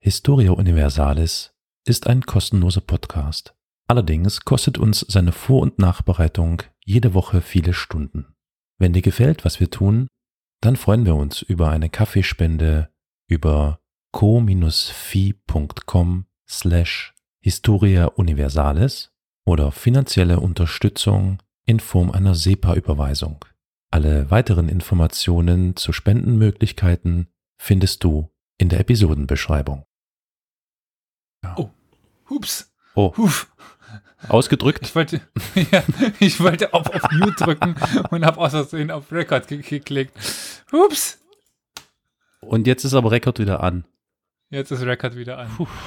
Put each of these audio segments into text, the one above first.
Historia Universalis ist ein kostenloser Podcast. Allerdings kostet uns seine Vor- und Nachbereitung jede Woche viele Stunden. Wenn dir gefällt, was wir tun, dann freuen wir uns über eine Kaffeespende über ko-fi.com/Historia Universalis oder finanzielle Unterstützung in Form einer SEPA-Überweisung. Alle weiteren Informationen zu Spendenmöglichkeiten findest du in der Episodenbeschreibung. Oh, hups. Oh, Huf. Ausgedrückt? Ich wollte auf Mute drücken und habe aus Versehen auf Record geklickt. Hups. Und jetzt ist aber Record wieder an. Jetzt ist Record wieder an. Puh.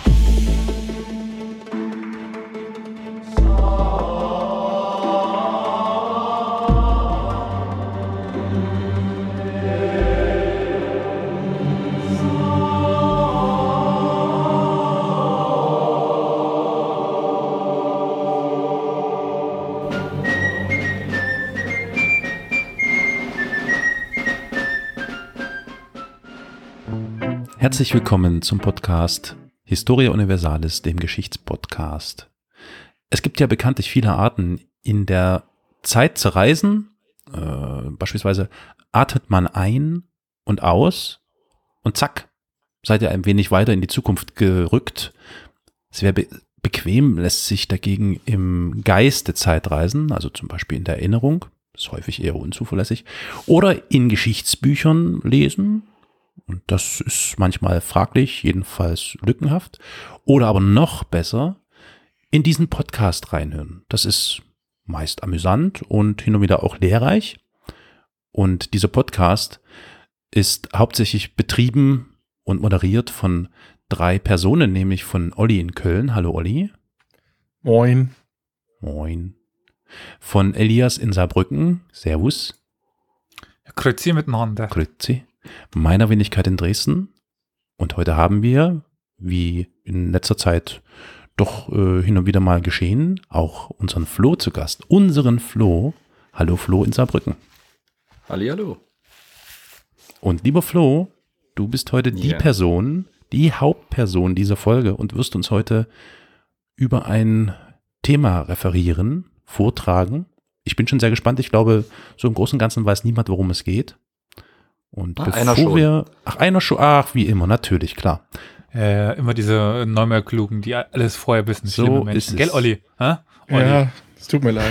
Herzlich willkommen zum Podcast Historia Universalis, dem Geschichtspodcast. Es gibt ja bekanntlich viele Arten, in der Zeit zu reisen. Beispielsweise atmet man ein und aus und zack, seid ihr ein wenig weiter in die Zukunft gerückt. Es wäre bequem, lässt sich dagegen im Geiste Zeit reisen, also zum Beispiel in der Erinnerung, ist häufig eher unzuverlässig, oder in Geschichtsbüchern lesen. Und das ist manchmal fraglich, jedenfalls lückenhaft. Oder aber noch besser, in diesen Podcast reinhören. Das ist meist amüsant und hin und wieder auch lehrreich. Und dieser Podcast ist hauptsächlich betrieben und moderiert von 3 Personen, nämlich von Olli in Köln. Hallo Olli. Moin. Moin. Von Elias in Saarbrücken. Servus. Grüezi miteinander. Grüezi. Meiner Wenigkeit in Dresden. Und heute haben wir, wie in letzter Zeit doch hin und wieder mal geschehen, auch unseren Flo zu Gast. Unseren Flo. Hallo Flo in Saarbrücken. Hallihallo. Und lieber Flo, du bist heute die Person, die Hauptperson dieser Folge und wirst uns heute über ein Thema referieren, vortragen. Ich bin schon sehr gespannt. Ich glaube, so im Großen und Ganzen weiß niemand, worum es geht. Und einer schon. Einer schon. Ach, wie immer, natürlich, klar. Immer diese Neumar-Klugen, die alles vorher wissen. So schlimme Menschen. ist es. Gell, Olli? Olli? Ja, es tut mir leid.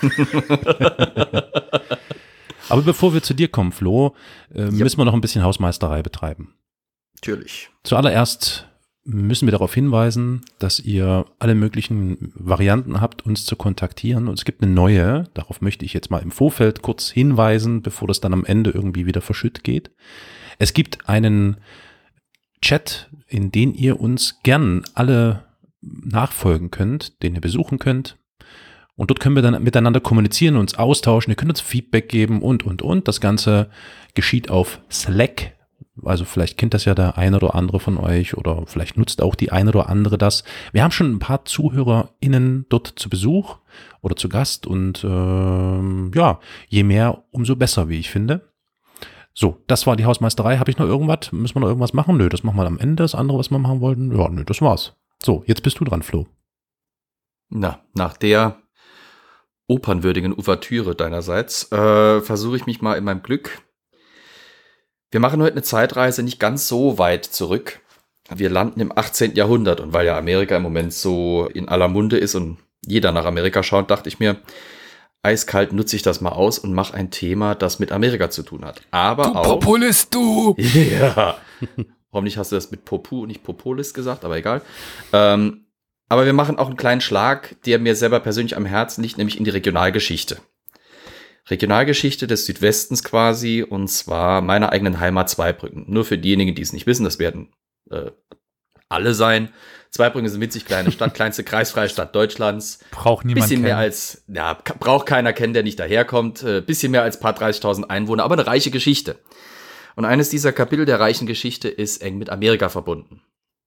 Aber bevor wir zu dir kommen, Flo, müssen wir noch ein bisschen Hausmeisterei betreiben. Natürlich. Zuallererst müssen wir darauf hinweisen, dass ihr alle möglichen Varianten habt, uns zu kontaktieren. Und es gibt eine neue, darauf möchte ich jetzt mal im Vorfeld kurz hinweisen, bevor das dann am Ende irgendwie wieder verschütt geht. Es gibt einen Chat, in den ihr uns gern alle nachfolgen könnt, den ihr besuchen könnt. Und dort können wir dann miteinander kommunizieren, uns austauschen. Ihr könnt uns Feedback geben und. Das Ganze geschieht auf Slack. Also vielleicht kennt das ja der eine oder andere von euch oder vielleicht nutzt auch die eine oder andere das. Wir haben schon ein paar ZuhörerInnen dort zu Besuch oder zu Gast und je mehr, umso besser, wie ich finde. So, das war die Hausmeisterei. Habe ich noch irgendwas? Müssen wir noch irgendwas machen? Nö, das machen wir am Ende. Das andere, was wir machen wollten? Ja, nö, das war's. So, jetzt bist du dran, Flo. Na, nach der opernwürdigen Ouvertüre deinerseits versuche ich mich mal in meinem Glück. Wir machen heute eine Zeitreise nicht ganz so weit zurück. Wir landen im 18. Jahrhundert und weil ja Amerika im Moment so in aller Munde ist und jeder nach Amerika schaut, dachte ich mir, eiskalt nutze ich das mal aus und mache ein Thema, das mit Amerika zu tun hat. Aber Du auch... Populist, du! Ja. Hoffentlich hast du das mit Popu und nicht Populist gesagt, aber egal. Aber wir machen auch einen kleinen Schlag, der mir selber persönlich am Herzen liegt, nämlich in die Regionalgeschichte. Regionalgeschichte des Südwestens quasi, und zwar meiner eigenen Heimat Zweibrücken. Nur für diejenigen, die es nicht wissen, das werden alle sein. Zweibrücken ist eine winzig kleine Stadt, kleinste kreisfreie Stadt Deutschlands. Braucht niemand Bisschen mehr kennen. als, braucht keiner kennen, der nicht daherkommt. Bisschen mehr als ein paar 30.000 Einwohner, aber eine reiche Geschichte. Und eines dieser Kapitel der reichen Geschichte ist eng mit Amerika verbunden.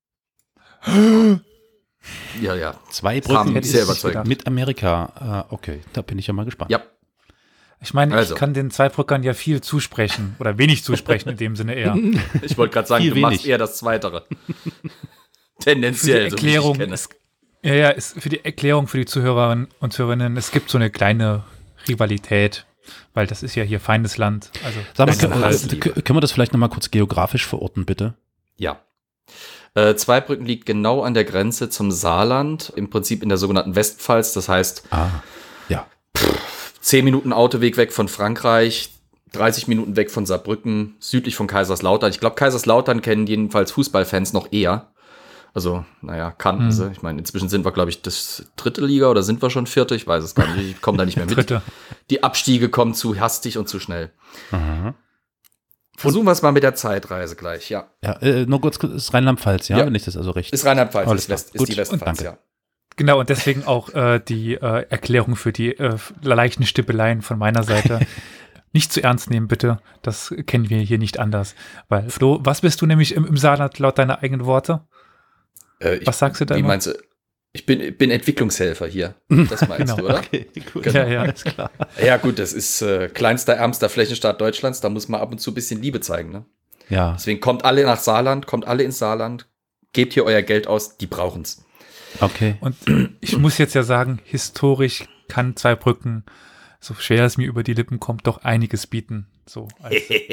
Ja. Zweibrücken sehr überzeugend. mit Amerika. Okay, da bin ich ja mal gespannt. Ja. Ich meine, Also. ich kann den Zweibrückern ja viel zusprechen. Oder wenig zusprechen in dem Sinne eher. Ich wollte gerade sagen, Viel du machst wenig. eher das Zweitere. Tendenziell, für die Erklärung, so wie ich ist für die Erklärung für die Zuhörerinnen und Zuhörerinnen, es gibt so eine kleine Rivalität, weil das ist ja hier Feindesland. Also Sag Das ist mal, eine können wir das vielleicht nochmal kurz geografisch verorten, bitte? Ja. Zweibrücken liegt genau an der Grenze zum Saarland, im Prinzip in der sogenannten Westpfalz. Das heißt, Ja. 10 Minuten Autoweg weg von Frankreich, 30 Minuten weg von Saarbrücken, südlich von Kaiserslautern. Ich glaube, Kaiserslautern kennen jedenfalls Fußballfans noch eher. Also, naja, kannten sie. Ich meine, inzwischen sind wir, glaube ich, das 3. Liga oder sind wir schon 4.? Ich weiß es gar nicht. Ich komme da nicht mehr mit. 3. Die Abstiege kommen zu hastig und zu schnell. Aha. Versuchen wir es mal mit der Zeitreise gleich, ja. Ja, nur kurz, ist Rheinland-Pfalz, ja, wenn ich das also recht. Ist Rheinland-Pfalz, Alles ist klar. die Gut, Westpfalz, danke. ja. Genau, und deswegen auch die Erklärung für die leichten Stippeleien von meiner Seite. Nicht zu ernst nehmen, bitte. Das kennen wir hier nicht anders. Weil, Flo, was bist du nämlich im Saarland laut deiner eigenen Worte? Was sagst du da Wie immer? meinst du? Ich bin Entwicklungshelfer hier. Das meinst Genau. du, oder? Okay, gut. Ja, ja. Alles klar. Ja, gut, das ist kleinster, ärmster Flächenstaat Deutschlands. Da muss man ab und zu ein bisschen Liebe zeigen. Ne? Ja, Deswegen kommt alle nach Saarland, kommt alle ins Saarland, gebt hier euer Geld aus, die brauchen's. okay. Und ich muss jetzt ja sagen, historisch kann Zweibrücken, so schwer es mir über die Lippen kommt, doch einiges bieten. So als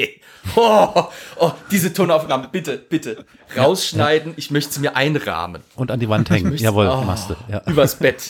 Diese Tonaufnahme, bitte. Rausschneiden, ich möchte sie mir einrahmen. Und an die Wand hängen. möchte- Jawohl, Oh. machst du. Ja. Übers Bett.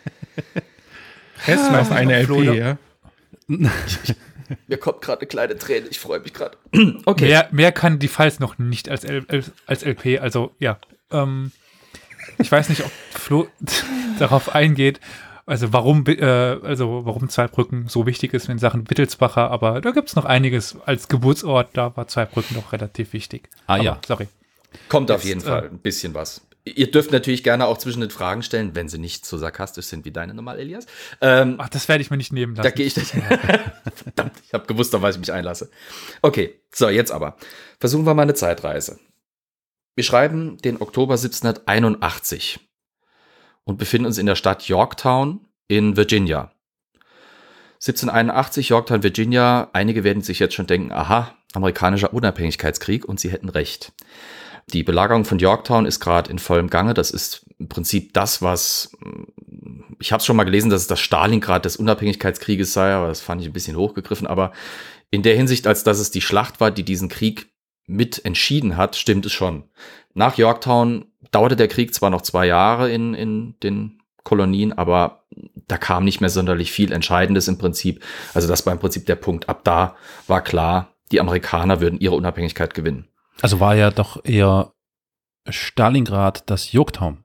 Rest auf eine Flo, LP, ja? Mir kommt gerade eine kleine Träne, ich freue mich gerade. Okay. mehr kann die Pfalz noch nicht als LP. Also ja, ich weiß nicht, ob Flo darauf eingeht, also warum Zweibrücken so wichtig ist in Sachen Wittelsbacher, aber da gibt es noch einiges. Als Geburtsort, da war Zweibrücken doch relativ wichtig. Ah, ja. Aber, sorry. Kommt auf Jetzt, jeden Fall ein bisschen was. Ihr dürft natürlich gerne auch zwischen den Fragen stellen, wenn sie nicht so sarkastisch sind wie deine normal, Elias. Ach, das werde ich mir nicht nehmen lassen. Da gehe ich. Verdammt, ich habe gewusst, auf was ich mich einlasse. Okay, so, jetzt aber. Versuchen wir mal eine Zeitreise. Wir schreiben den Oktober 1781 und befinden uns in der Stadt Yorktown in Virginia. 1781, Yorktown, Virginia. Einige werden sich jetzt schon denken, aha, amerikanischer Unabhängigkeitskrieg, und sie hätten recht. Die Belagerung von Yorktown ist gerade in vollem Gange. Das ist im Prinzip das, was, ich habe es schon mal gelesen, dass es das Stalingrad des Unabhängigkeitskrieges sei, aber das fand ich ein bisschen hochgegriffen. Aber in der Hinsicht, als dass es die Schlacht war, die diesen Krieg mit entschieden hat, stimmt es schon. Nach Yorktown dauerte der Krieg zwar noch 2 Jahre in den Kolonien, aber da kam nicht mehr sonderlich viel Entscheidendes im Prinzip. Also das war im Prinzip der Punkt. Ab da war klar, die Amerikaner würden ihre Unabhängigkeit gewinnen. Also war ja doch eher Stalingrad das Town.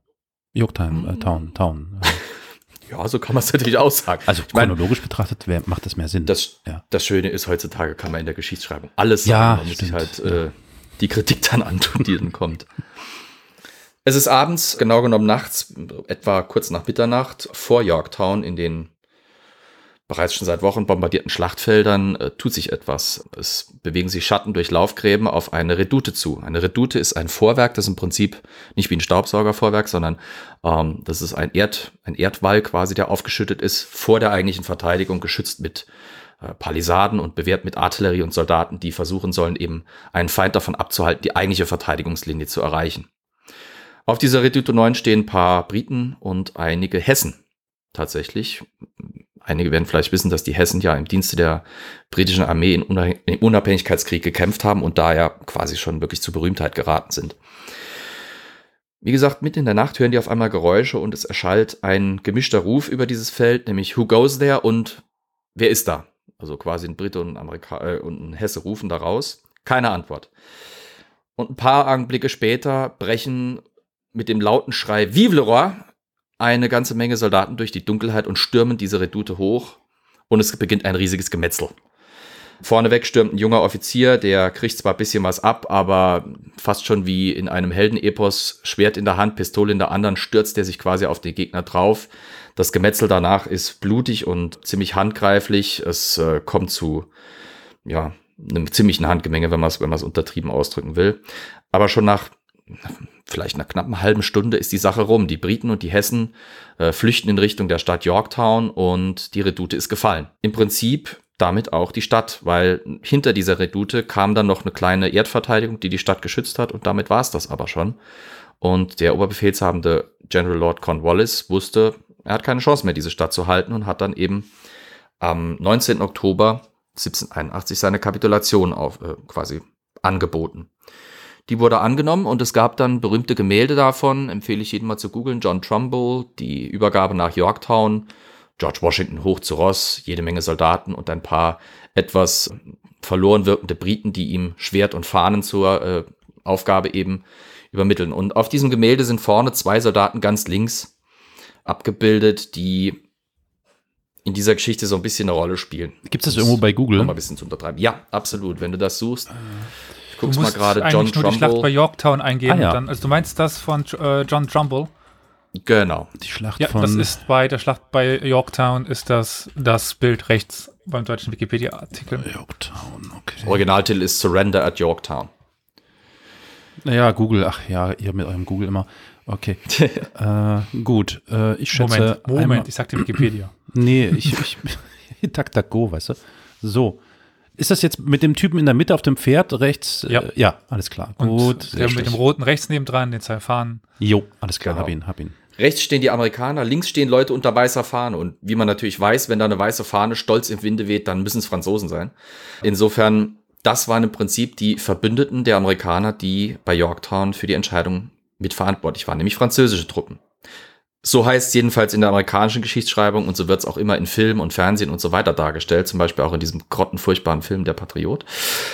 Ja, so kann man es natürlich auch sagen. Also ich meine, chronologisch betrachtet macht das mehr Sinn. das Schöne ist, heutzutage kann man in der Geschichtsschreibung alles sagen. Ja, man muss sich stimmt. halt die Kritik dann antun, die dann kommt. Es ist abends, genau genommen nachts, etwa kurz nach Mitternacht, vor Yorktown in den bereits schon seit Wochen bombardierten Schlachtfeldern tut sich etwas. Es bewegen sich Schatten durch Laufgräben auf eine Redoute zu. Eine Redoute ist ein Vorwerk, das im Prinzip nicht wie ein Staubsaugervorwerk, sondern das ist ein Erdwall quasi, der aufgeschüttet ist, vor der eigentlichen Verteidigung, geschützt mit Palisaden und bewehrt mit Artillerie und Soldaten, die versuchen sollen, eben einen Feind davon abzuhalten, die eigentliche Verteidigungslinie zu erreichen. Auf dieser Redoute 9 stehen ein paar Briten und einige Hessen. Tatsächlich. Einige werden vielleicht wissen, dass die Hessen ja im Dienste der britischen Armee im Unabhängigkeitskrieg gekämpft haben und daher quasi schon wirklich zur Berühmtheit geraten sind. Wie gesagt, mitten in der Nacht hören die auf einmal Geräusche und es erschallt ein gemischter Ruf über dieses Feld, nämlich "Who goes there?" und "Wer ist da?" Also quasi ein Brite und ein Hesse rufen da raus. Keine Antwort. Und ein paar Augenblicke später brechen mit dem lauten Schrei "Vive le roi!" eine ganze Menge Soldaten durch die Dunkelheit und stürmen diese Redoute hoch und es beginnt ein riesiges Gemetzel. Vorneweg stürmt ein junger Offizier, der kriegt zwar ein bisschen was ab, aber fast schon wie in einem Heldenepos, Schwert in der Hand, Pistole in der anderen, stürzt er sich quasi auf den Gegner drauf. Das Gemetzel danach ist blutig und ziemlich handgreiflich. Es kommt zu einem ziemlichen Handgemenge, wenn man es untertrieben ausdrücken will. Aber schon nach vielleicht einer knappen halben Stunde ist die Sache rum. Die Briten und die Hessen flüchten in Richtung der Stadt Yorktown und die Redoute ist gefallen. Im Prinzip damit auch die Stadt, weil hinter dieser Redoute kam dann noch eine kleine Erdverteidigung, die die Stadt geschützt hat und damit war es das aber schon. Und der oberbefehlshabende General Lord Cornwallis wusste, er hat keine Chance mehr, diese Stadt zu halten und hat dann eben am 19. Oktober 1781 seine Kapitulation quasi angeboten. Die wurde angenommen und es gab dann berühmte Gemälde davon, empfehle ich jedem mal zu googeln, John Trumbull, die Übergabe nach Yorktown, George Washington hoch zu Ross, jede Menge Soldaten und ein paar etwas verloren wirkende Briten, die ihm Schwert und Fahnen zur Aufgabe eben übermitteln. Und auf diesem Gemälde sind vorne 2 Soldaten ganz links abgebildet, die in dieser Geschichte so ein bisschen eine Rolle spielen. Gibt es das irgendwo bei Google? Um mal ein bisschen zu untertreiben. Ja, absolut. Wenn du das suchst, Du musst mal gerade John Trumbull. Die Schlacht bei Yorktown eingeben. Ja. Dann, also du meinst das von John Trumbull? Genau. Die Schlacht ja, das ist bei der Schlacht bei Yorktown ist das Bild rechts beim deutschen Wikipedia-Artikel. Yorktown, okay. Originaltitel ist Surrender at Yorktown. Naja, Google, ach ja, ihr mit eurem Google immer. Okay. Gut, ich schätze. Moment, ich sagte Wikipedia. Nee, ich DuckDuckGo, weißt du. So. Ist das jetzt mit dem Typen in der Mitte auf dem Pferd rechts? Ja, alles klar. Und gut. der mit dem roten rechts nebendran, den 2 Fahnen. Jo, alles klar, Genau. hab ihn. Rechts stehen die Amerikaner, links stehen Leute unter weißer Fahne. Und wie man natürlich weiß, wenn da eine weiße Fahne stolz im Winde weht, dann müssen es Franzosen sein. Insofern, das waren im Prinzip die Verbündeten der Amerikaner, die bei Yorktown für die Entscheidung mitverantwortlich waren, nämlich französische Truppen. So heißt es jedenfalls in der amerikanischen Geschichtsschreibung und so wird es auch immer in Film und Fernsehen und so weiter dargestellt, zum Beispiel auch in diesem grottenfurchtbaren Film Der Patriot.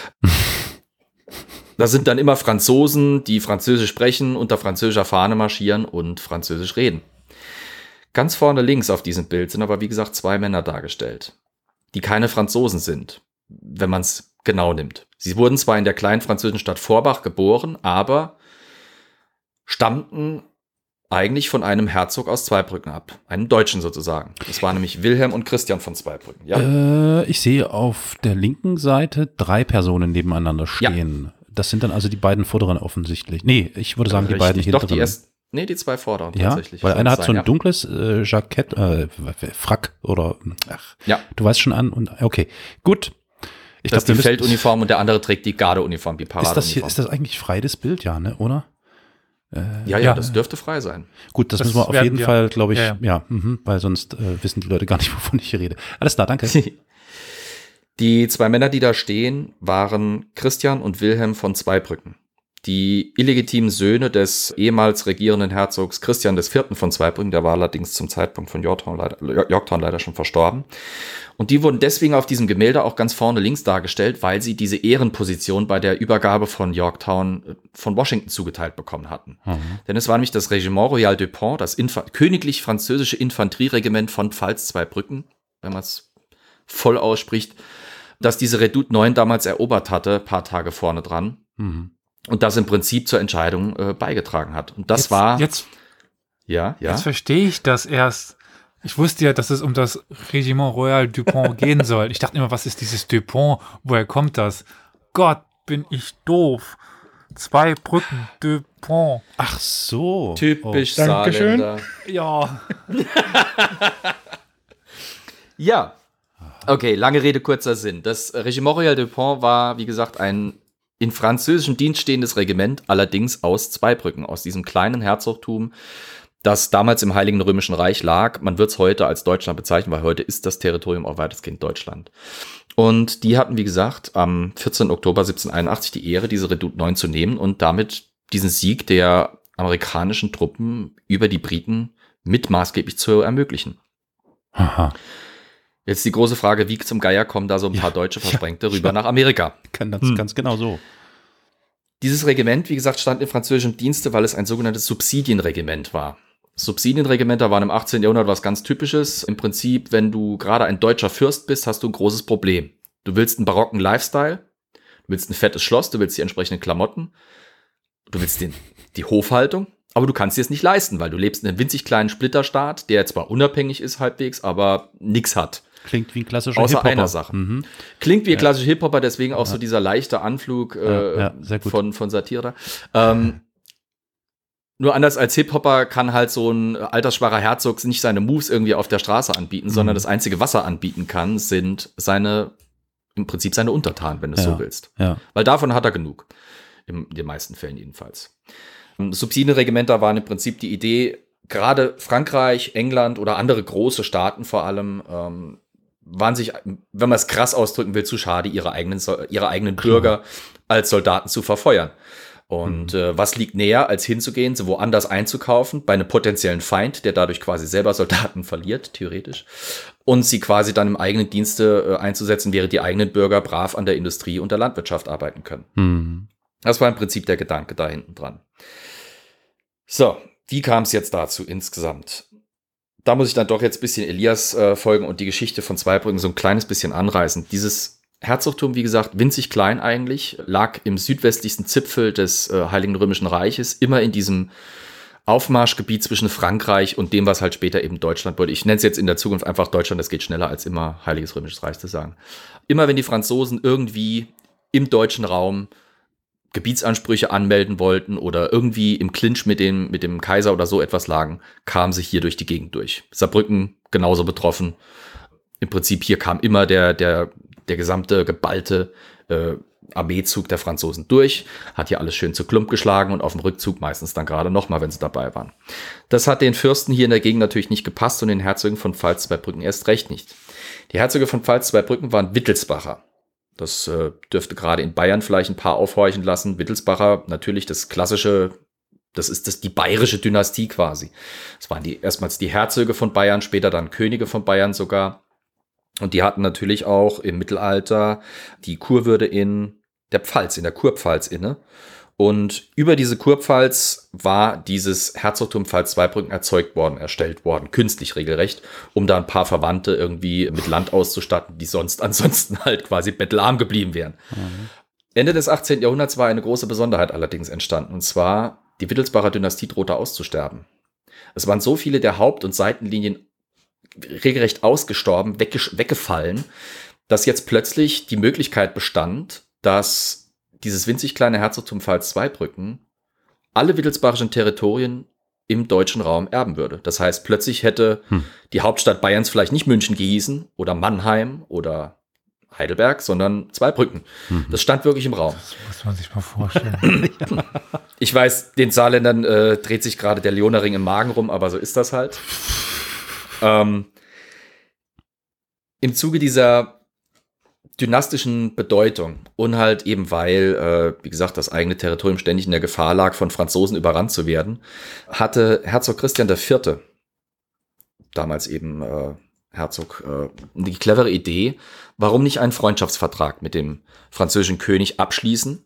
Da sind dann immer Franzosen, die Französisch sprechen, unter französischer Fahne marschieren und Französisch reden. Ganz vorne links auf diesem Bild sind aber, wie gesagt, 2 Männer dargestellt, die keine Franzosen sind, wenn man es genau nimmt. Sie wurden zwar in der kleinen französischen Stadt Forbach geboren, aber stammten eigentlich von einem Herzog aus Zweibrücken ab, einem Deutschen sozusagen. Das waren nämlich Wilhelm und Christian von Zweibrücken. Ja. Ich sehe auf der linken Seite 3 Personen nebeneinander stehen. Ja. Das sind dann also die beiden vorderen offensichtlich. Nee, ich würde sagen, die beiden hinteren. Die 2 vorderen tatsächlich. Weil einer hat so ein dunkles Jackett, Frack oder, du weißt schon an. Und okay, gut. Das ist die Felduniform und der andere trägt die Gardeuniform, die Paradeuniform. Ist das eigentlich frei, das Bild? Ja, ne, oder? Ja, das dürfte frei sein. Gut, das müssen wir auf jeden Fall, glaube ich, weil sonst wissen die Leute gar nicht, wovon ich hier rede. Alles klar, danke. Die 2 Männer, die da stehen, waren Christian und Wilhelm von Zweibrücken. Die illegitimen Söhne des ehemals regierenden Herzogs Christian IV. Von Zweibrücken, der war allerdings zum Zeitpunkt von Yorktown leider schon verstorben. Und die wurden deswegen auf diesem Gemälde auch ganz vorne links dargestellt, weil sie diese Ehrenposition bei der Übergabe von Yorktown von Washington zugeteilt bekommen hatten. Denn es war nämlich das Regiment Royal du Pont, das königlich französische Infanterieregiment von Pfalz-Zweibrücken, wenn man es voll ausspricht, das diese Redoute 9 damals erobert hatte, paar Tage vorne dran. Und das im Prinzip zur Entscheidung beigetragen hat. Und das Jetzt verstehe ich das erst. Ich wusste ja, dass es um das Regiment Royal du Pont gehen soll. Ich dachte immer, was ist dieses Dupont? Woher kommt das? Gott, bin ich doof. Zweibrücken, Dupont. Ach so. Typisch Saarländer. Ja. Ja. Okay, lange Rede, kurzer Sinn. Das Regiment Royal du Pont war, wie gesagt, ein in französischem Dienst stehendes Regiment, allerdings aus Zweibrücken, aus diesem kleinen Herzogtum, das damals im Heiligen Römischen Reich lag. Man wird es heute als Deutschland bezeichnen, weil heute ist das Territorium auch weitestgehend Deutschland. Und die hatten, wie gesagt, am 14. Oktober 1781 die Ehre, diese Redoute 9 zu nehmen und damit diesen Sieg der amerikanischen Truppen über die Briten mit maßgeblich zu ermöglichen. Aha. Jetzt die große Frage, wie zum Geier kommen da so ein paar deutsche Versprengte rüber nach Amerika? Ganz genau so. Dieses Regiment, wie gesagt, stand in französischem Dienste, weil es ein sogenanntes Subsidienregiment war. Subsidienregimenter waren im 18. Jahrhundert was ganz Typisches. Im Prinzip, wenn du gerade ein deutscher Fürst bist, hast du ein großes Problem. Du willst einen barocken Lifestyle, du willst ein fettes Schloss, du willst die entsprechenden Klamotten, du willst die Hofhaltung, aber du kannst dir es nicht leisten, weil du lebst in einem winzig kleinen Splitterstaat, der zwar unabhängig ist halbwegs, aber nichts hat. Klingt wie ein klassischer Außer Hip-Hopper. einer Sache. Klingt wie ein klassischer Hip-Hopper, deswegen auch so dieser leichte Anflug sehr gut. von Satire. Nur anders als Hip-Hopper kann halt so ein altersschwacher Herzog nicht seine Moves irgendwie auf der Straße anbieten, sondern das Einzige, was er anbieten kann, sind im Prinzip seine Untertanen, wenn du es so willst. Ja. Weil davon hat er genug. In den meisten Fällen jedenfalls. Subsidienregimenter waren im Prinzip die Idee, gerade Frankreich, England oder andere große Staaten vor allem waren sich, wenn man es krass ausdrücken will, zu schade, ihre eigenen Bürger als Soldaten zu verfeuern. Und was liegt näher, als hinzugehen, sie woanders einzukaufen, bei einem potenziellen Feind, der dadurch quasi selber Soldaten verliert, theoretisch, und sie quasi dann im eigenen Dienste einzusetzen, während die eigenen Bürger brav an der Industrie und der Landwirtschaft arbeiten können. Mhm. Das war im Prinzip der Gedanke da hinten dran. So, wie kam es jetzt dazu insgesamt? Da muss ich dann doch jetzt ein bisschen Elias folgen und die Geschichte von Zweibrücken so ein kleines bisschen anreißen. Dieses Herzogtum, wie gesagt, winzig klein eigentlich, lag im südwestlichsten Zipfel des Heiligen Römischen Reiches, immer in diesem Aufmarschgebiet zwischen Frankreich und dem, was halt später eben Deutschland wurde. Ich nenne es jetzt in der Zukunft einfach Deutschland, das geht schneller als immer Heiliges Römisches Reich zu sagen. Immer wenn die Franzosen irgendwie im deutschen Raum Gebietsansprüche anmelden wollten oder irgendwie im Clinch mit dem Kaiser oder so etwas lagen, kamen sie hier durch die Gegend durch. Saarbrücken genauso betroffen. Im Prinzip hier kam immer der gesamte geballte Armeezug der Franzosen durch, hat hier alles schön zu Klump geschlagen und auf dem Rückzug meistens dann gerade nochmal, wenn sie dabei waren. Das hat den Fürsten hier in der Gegend natürlich nicht gepasst und den Herzögen von Pfalz-Zweibrücken erst recht nicht. Die Herzöge von Pfalz-Zweibrücken waren Wittelsbacher. Das dürfte gerade in Bayern vielleicht ein paar aufhorchen lassen. Wittelsbacher, natürlich das klassische, das ist die bayerische Dynastie quasi. Das waren erstmals die Herzöge von Bayern, später dann Könige von Bayern sogar. Und die hatten natürlich auch im Mittelalter die Kurwürde in der Pfalz, in der Kurpfalz inne. Und über diese Kurpfalz war dieses Herzogtum Pfalz-Zweibrücken erstellt worden, künstlich regelrecht, um da ein paar Verwandte irgendwie mit Land auszustatten, die ansonsten halt quasi bettelarm geblieben wären. Mhm. Ende des 18. Jahrhunderts war eine große Besonderheit allerdings entstanden, und zwar die Wittelsbacher Dynastie drohte auszusterben. Es waren so viele der Haupt- und Seitenlinien regelrecht ausgestorben, weggefallen, dass jetzt plötzlich die Möglichkeit bestand, dass dieses winzig kleine Herzogtum Pfalz-Zweibrücken alle wittelsbachischen Territorien im deutschen Raum erben würde. Das heißt, plötzlich hätte die Hauptstadt Bayerns vielleicht nicht München gehießen oder Mannheim oder Heidelberg, sondern Zweibrücken. Das stand wirklich im Raum. Das muss man sich mal vorstellen. Ich weiß, den Saarländern dreht sich gerade der Leonerring im Magen rum, aber so ist das halt. Im Zuge dieser dynastischen Bedeutung und halt eben weil, wie gesagt, das eigene Territorium ständig in der Gefahr lag, von Franzosen überrannt zu werden, hatte Herzog Christian IV., damals eben Herzog, die clevere Idee, warum nicht einen Freundschaftsvertrag mit dem französischen König abschließen.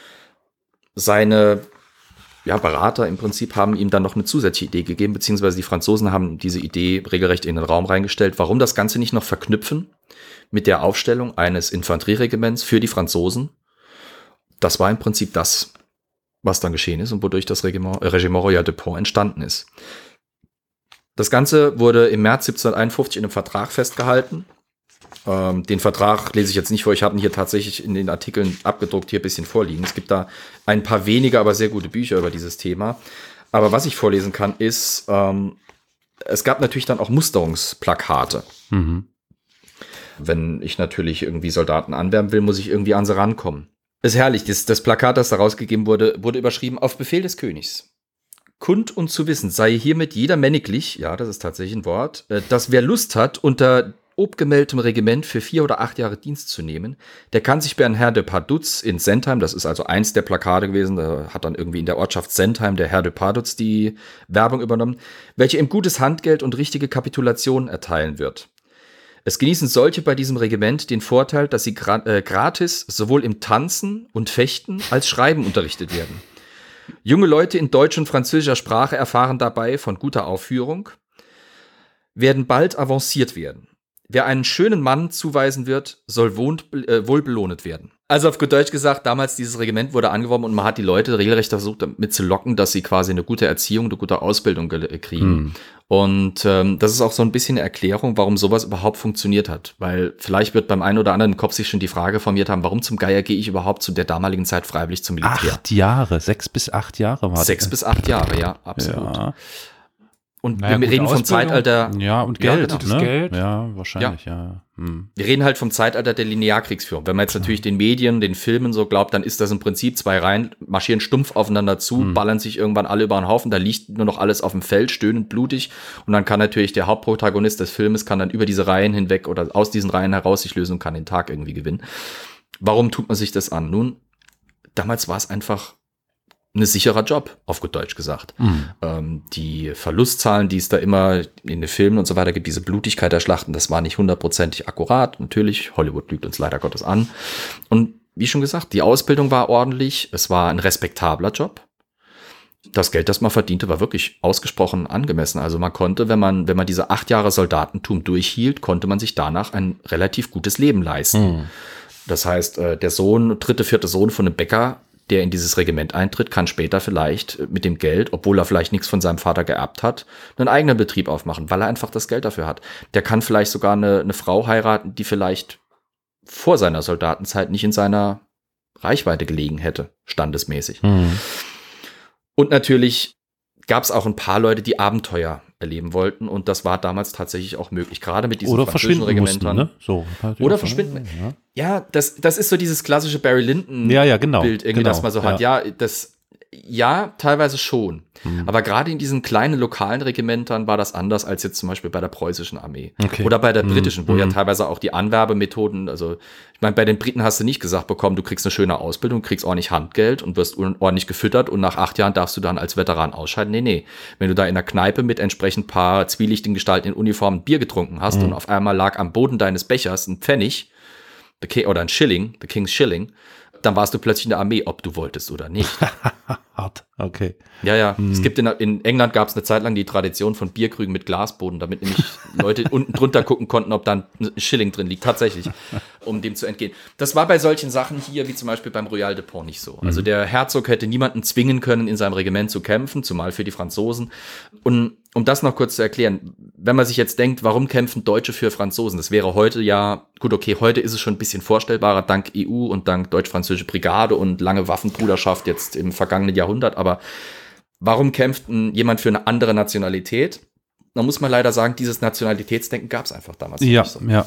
Seine Berater im Prinzip haben ihm dann noch eine zusätzliche Idee gegeben, beziehungsweise die Franzosen haben diese Idee regelrecht in den Raum reingestellt. Warum das Ganze nicht noch verknüpfen mit der Aufstellung eines Infanterieregiments für die Franzosen? Das war im Prinzip das, was dann geschehen ist und wodurch das Regiment Royal de Pont entstanden ist. Das Ganze wurde im März 1751 in einem Vertrag festgehalten. Den Vertrag lese ich jetzt nicht vor, ich habe ihn hier tatsächlich in den Artikeln abgedruckt, hier ein bisschen vorliegen. Es gibt da ein paar wenige, aber sehr gute Bücher über dieses Thema. Aber was ich vorlesen kann, ist, es gab natürlich dann auch Musterungsplakate. Mhm. Wenn ich natürlich irgendwie Soldaten anwerben will, muss ich irgendwie an sie rankommen. Ist herrlich, das Plakat, das da rausgegeben wurde, wurde überschrieben, auf Befehl des Königs. Kund und zu wissen sei hiermit jeder männiglich, ja, das ist tatsächlich ein Wort, dass wer Lust hat, unter obgemeldtem Regiment für 4 oder 8 Jahre Dienst zu nehmen, der kann sich bei Herrn de Pardutz in Sentheim, das ist also eins der Plakate gewesen, da hat dann irgendwie in der Ortschaft Sentheim der Herr de Pardutz die Werbung übernommen, welche ihm gutes Handgeld und richtige Kapitulationen erteilen wird. Es genießen solche bei diesem Regiment den Vorteil, dass sie gratis sowohl im Tanzen und Fechten als Schreiben unterrichtet werden. Junge Leute in deutscher und französischer Sprache erfahren dabei von guter Aufführung, werden bald avanciert werden. Wer einen schönen Mann zuweisen wird, soll wohl belohnt werden. Also auf gut Deutsch gesagt, damals dieses Regiment wurde angeworben und man hat die Leute regelrecht versucht, damit zu locken, dass sie quasi eine gute Erziehung, eine gute Ausbildung kriegen. Und das ist auch so ein bisschen eine Erklärung, warum sowas überhaupt funktioniert hat. Weil vielleicht wird beim einen oder anderen im Kopf sich schon die Frage formiert haben, warum zum Geier gehe ich überhaupt zu der damaligen Zeit freiwillig zum Militär? 8 Jahre, 6 bis 8 Jahre war das. 6 bis 8 Jahre, ja, absolut. Ja. Und Naja, wir gute reden vom Ausbildung. Zeitalter. Ja, und Ja, Geld, genau. Gutes ne? Geld. Ja, wahrscheinlich, ja. Wir reden halt vom Zeitalter der Linearkriegsführung. Wenn man jetzt natürlich den Medien, den Filmen so glaubt, dann ist das im Prinzip 2 Reihen, marschieren stumpf aufeinander zu, ballern sich irgendwann alle über den Haufen, da liegt nur noch alles auf dem Feld, stöhnend, blutig. Und dann kann natürlich der Hauptprotagonist des Filmes kann dann über diese Reihen hinweg oder aus diesen Reihen heraus sich lösen und kann den Tag irgendwie gewinnen. Warum tut man sich das an? Nun, damals war es einfach ein sicherer Job, auf gut Deutsch gesagt. Die Verlustzahlen, die es da immer in den Filmen und so weiter gibt, diese Blutigkeit der Schlachten, das war nicht 100%ig akkurat. Natürlich, Hollywood lügt uns leider Gottes an. Und wie schon gesagt, die Ausbildung war ordentlich, es war ein respektabler Job. Das Geld, das man verdiente, war wirklich ausgesprochen angemessen. Also man konnte, wenn man diese 8 Jahre Soldatentum durchhielt, konnte man sich danach ein relativ gutes Leben leisten. Das heißt, der 3., 4. Sohn von einem Bäcker, der in dieses Regiment eintritt, kann später vielleicht mit dem Geld, obwohl er vielleicht nichts von seinem Vater geerbt hat, einen eigenen Betrieb aufmachen, weil er einfach das Geld dafür hat. Der kann vielleicht sogar eine Frau heiraten, die vielleicht vor seiner Soldatenzeit nicht in seiner Reichweite gelegen hätte, standesmäßig. Und natürlich gab es auch ein paar Leute, die Abenteuer erleben wollten und das war damals tatsächlich auch möglich, gerade mit diesen Oder französischen verschwinden mussten, Regimentern. ne? So, Oder verschwinden. Ja. Ja, das ist so dieses klassische Barry Lyndon Ja, genau. Bild, irgendwie, das man so hat. Ja, teilweise schon. Aber gerade in diesen kleinen lokalen Regimentern war das anders als jetzt zum Beispiel bei der preußischen Armee. Okay. Oder bei der britischen, wo ja teilweise auch die Anwerbemethoden, also ich meine, bei den Briten hast du nicht gesagt bekommen, du kriegst eine schöne Ausbildung, kriegst ordentlich Handgeld und wirst ordentlich gefüttert und nach 8 Jahren darfst du dann als Veteran ausscheiden. Nee. Wenn du da in der Kneipe mit entsprechend paar zwielichtigen Gestalten in Uniform Bier getrunken hast und auf einmal lag am Boden deines Bechers ein Pfennig oder ein Schilling, the King's Shilling, dann warst du plötzlich in der Armee, ob du wolltest oder nicht. Hart, okay. Ja. Es gibt in England gab es eine Zeit lang die Tradition von Bierkrügen mit Glasboden, damit nämlich Leute unten drunter gucken konnten, ob da ein Schilling drin liegt, tatsächlich, um dem zu entgehen. Das war bei solchen Sachen hier, wie zum Beispiel beim Royal de Pont, nicht so. Also der Herzog hätte niemanden zwingen können, in seinem Regiment zu kämpfen, zumal für die Franzosen. Und um das noch kurz zu erklären, wenn man sich jetzt denkt, warum kämpfen Deutsche für Franzosen? Das wäre heute ja, gut, okay, heute ist es schon ein bisschen vorstellbarer, dank EU und dank Deutsch-Französische Brigade und lange Waffenbruderschaft jetzt im vergangenen Jahrhundert, aber warum kämpft jemand für eine andere Nationalität? Da muss man leider sagen, dieses Nationalitätsdenken gab es einfach damals Ja, nicht so. ja,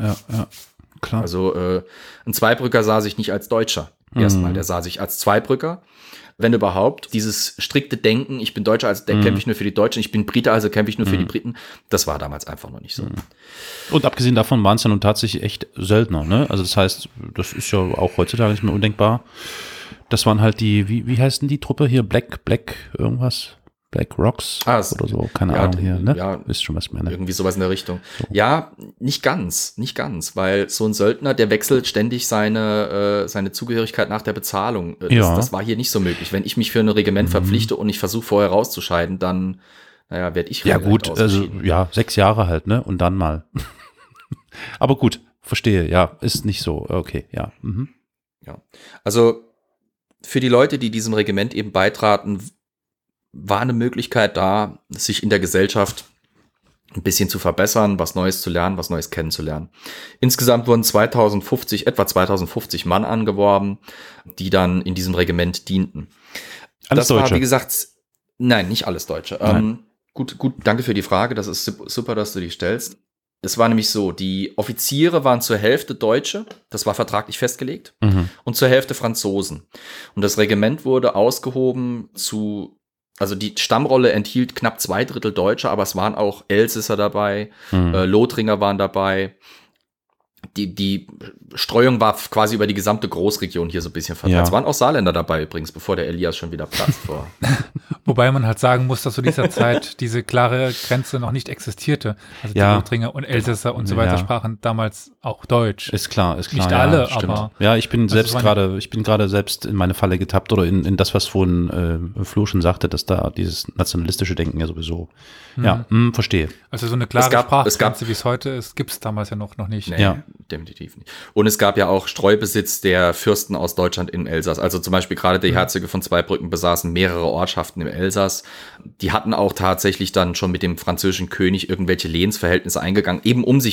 klar. Also ein Zweibrücker sah sich nicht als Deutscher erstmal, der sah sich als Zweibrücker. Wenn überhaupt, dieses strikte Denken, ich bin Deutscher, also kämpfe ich nur für die Deutschen, ich bin Brite, also kämpfe ich nur für die Briten, das war damals einfach noch nicht so. Und abgesehen davon waren es ja nun tatsächlich echt Söldner, ne? Also das heißt, das ist ja auch heutzutage nicht mehr undenkbar. Das waren halt die, wie heißt denn die Truppe hier? Black irgendwas? Black Rocks oder so, keine Ahnung hier, ne? Ja, wisst schon, was ich meine. Irgendwie sowas in der Richtung. So. Ja, nicht ganz, weil so ein Söldner, der wechselt ständig seine Zugehörigkeit nach der Bezahlung. Das war hier nicht so möglich. Wenn ich mich für ein Regiment verpflichte und ich versuche vorher rauszuscheiden, dann, werde ich ja gut, also 6 Jahre halt, ne? Und dann mal. Aber gut, verstehe, ja, ist nicht so, okay, ja. Ja, also für die Leute, die diesem Regiment eben beitraten, war eine Möglichkeit da, sich in der Gesellschaft ein bisschen zu verbessern, was Neues zu lernen, was Neues kennenzulernen. Insgesamt wurden etwa 2050 Mann angeworben, die dann in diesem Regiment dienten. Alles das Deutsche? war, wie gesagt, nein, nicht alles Deutsche. Gut, danke für die Frage, das ist super, dass du die stellst. Es war nämlich so, die Offiziere waren zur Hälfte Deutsche, das war vertraglich festgelegt, und zur Hälfte Franzosen. Und das Regiment wurde ausgehoben also die Stammrolle enthielt knapp 2/3 Deutsche, aber es waren auch Elsässer dabei, Lothringer waren dabei. Die Streuung war quasi über die gesamte Großregion hier so ein bisschen verteilt. Ja. Es waren auch Saarländer dabei übrigens, bevor der Elias schon wieder platzt vor. Wobei man halt sagen muss, dass zu dieser Zeit diese klare Grenze noch nicht existierte. Also die Lothringer und Elsässer und so weiter sprachen damals auch Deutsch. Ist klar. Nicht alle, stimmt. aber. Ja, ich bin gerade selbst in meine Falle getappt oder in das, was vorhin Flo schon sagte, dass da dieses nationalistische Denken ja sowieso. Ja, verstehe. Also so eine klare Sprachgrenze, wie es heute ist, gibt es damals ja noch nicht. Nee, definitiv nicht. Und es gab ja auch Streubesitz der Fürsten aus Deutschland im Elsass. Also zum Beispiel gerade die Herzöge von Zweibrücken besaßen mehrere Ortschaften im Elsass. Die hatten auch tatsächlich dann schon mit dem französischen König irgendwelche Lehensverhältnisse eingegangen, eben um sich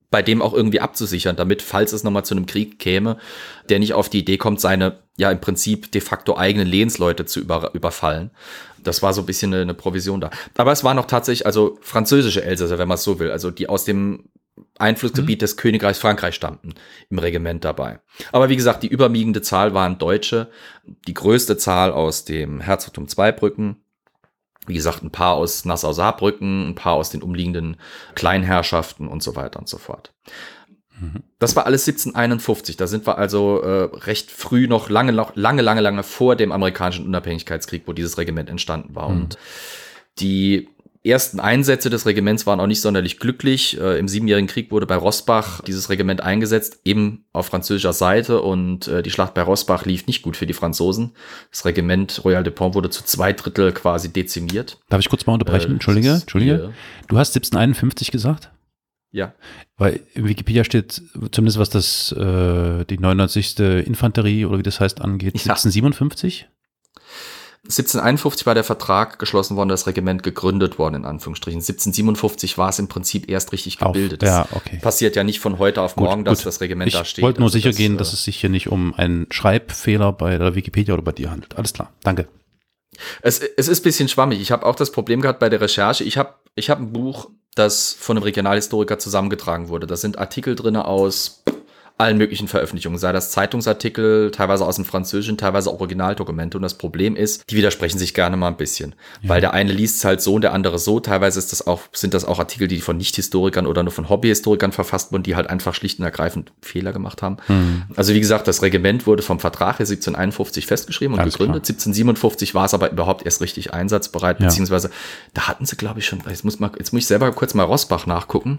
bei dem auch irgendwie abzusichern, damit, falls es nochmal zu einem Krieg käme, der nicht auf die Idee kommt, seine ja im Prinzip de facto eigenen Lehensleute zu überfallen. Das war so ein bisschen eine Provision da. Aber es waren noch tatsächlich also französische Elsässer, wenn man es so will, also die aus dem Einflussgebiet des Königreichs Frankreich stammten, im Regiment dabei. Aber wie gesagt, die überwiegende Zahl waren Deutsche, die größte Zahl aus dem Herzogtum Zweibrücken, wie gesagt, ein paar aus Nassau-Saarbrücken, ein paar aus den umliegenden Kleinherrschaften und so weiter und so fort. Das war alles 1751. Da sind wir also recht früh noch lange vor dem amerikanischen Unabhängigkeitskrieg, wo dieses Regiment entstanden war. Und die ersten Einsätze des Regiments waren auch nicht sonderlich glücklich. Im Siebenjährigen Krieg wurde bei Rossbach dieses Regiment eingesetzt, eben auf französischer Seite. Und die Schlacht bei Rossbach lief nicht gut für die Franzosen. Das Regiment Royal de Pont wurde zu 2/3 quasi dezimiert. Darf ich kurz mal unterbrechen? Entschuldige. Du hast 1751 gesagt? Ja. Weil im Wikipedia steht zumindest, was das die 99. Infanterie oder wie das heißt angeht, 1757? 1751 war der Vertrag geschlossen worden, das Regiment gegründet worden, in Anführungsstrichen. 1757 war es im Prinzip erst richtig gebildet. Okay. Passiert ja nicht von heute auf morgen, dass das Regiment da steht. Ich wollte nur sicher gehen, dass es sich hier nicht um einen Schreibfehler bei der Wikipedia oder bei dir handelt. Alles klar, danke. Es ist ein bisschen schwammig. Ich habe auch das Problem gehabt bei der Recherche. Ich hab ein Buch, das von einem Regionalhistoriker zusammengetragen wurde. Da sind Artikel drin aus allen möglichen Veröffentlichungen, sei das Zeitungsartikel, teilweise aus dem Französischen, teilweise auch Originaldokumente. Und das Problem ist, die widersprechen sich gerne mal ein bisschen. Ja. Weil der eine liest es halt so und der andere so. Teilweise sind das auch Artikel, die von Nicht-Historikern oder nur von Hobbyhistorikern verfasst wurden, die halt einfach schlicht und ergreifend Fehler gemacht haben. Also wie gesagt, das Regiment wurde vom Vertrag 1751 festgeschrieben und alles gegründet. Klar. 1757 war es aber überhaupt erst richtig einsatzbereit, ja. Beziehungsweise da hatten sie, glaube ich, schon, jetzt muss ich selber kurz mal Rossbach nachgucken.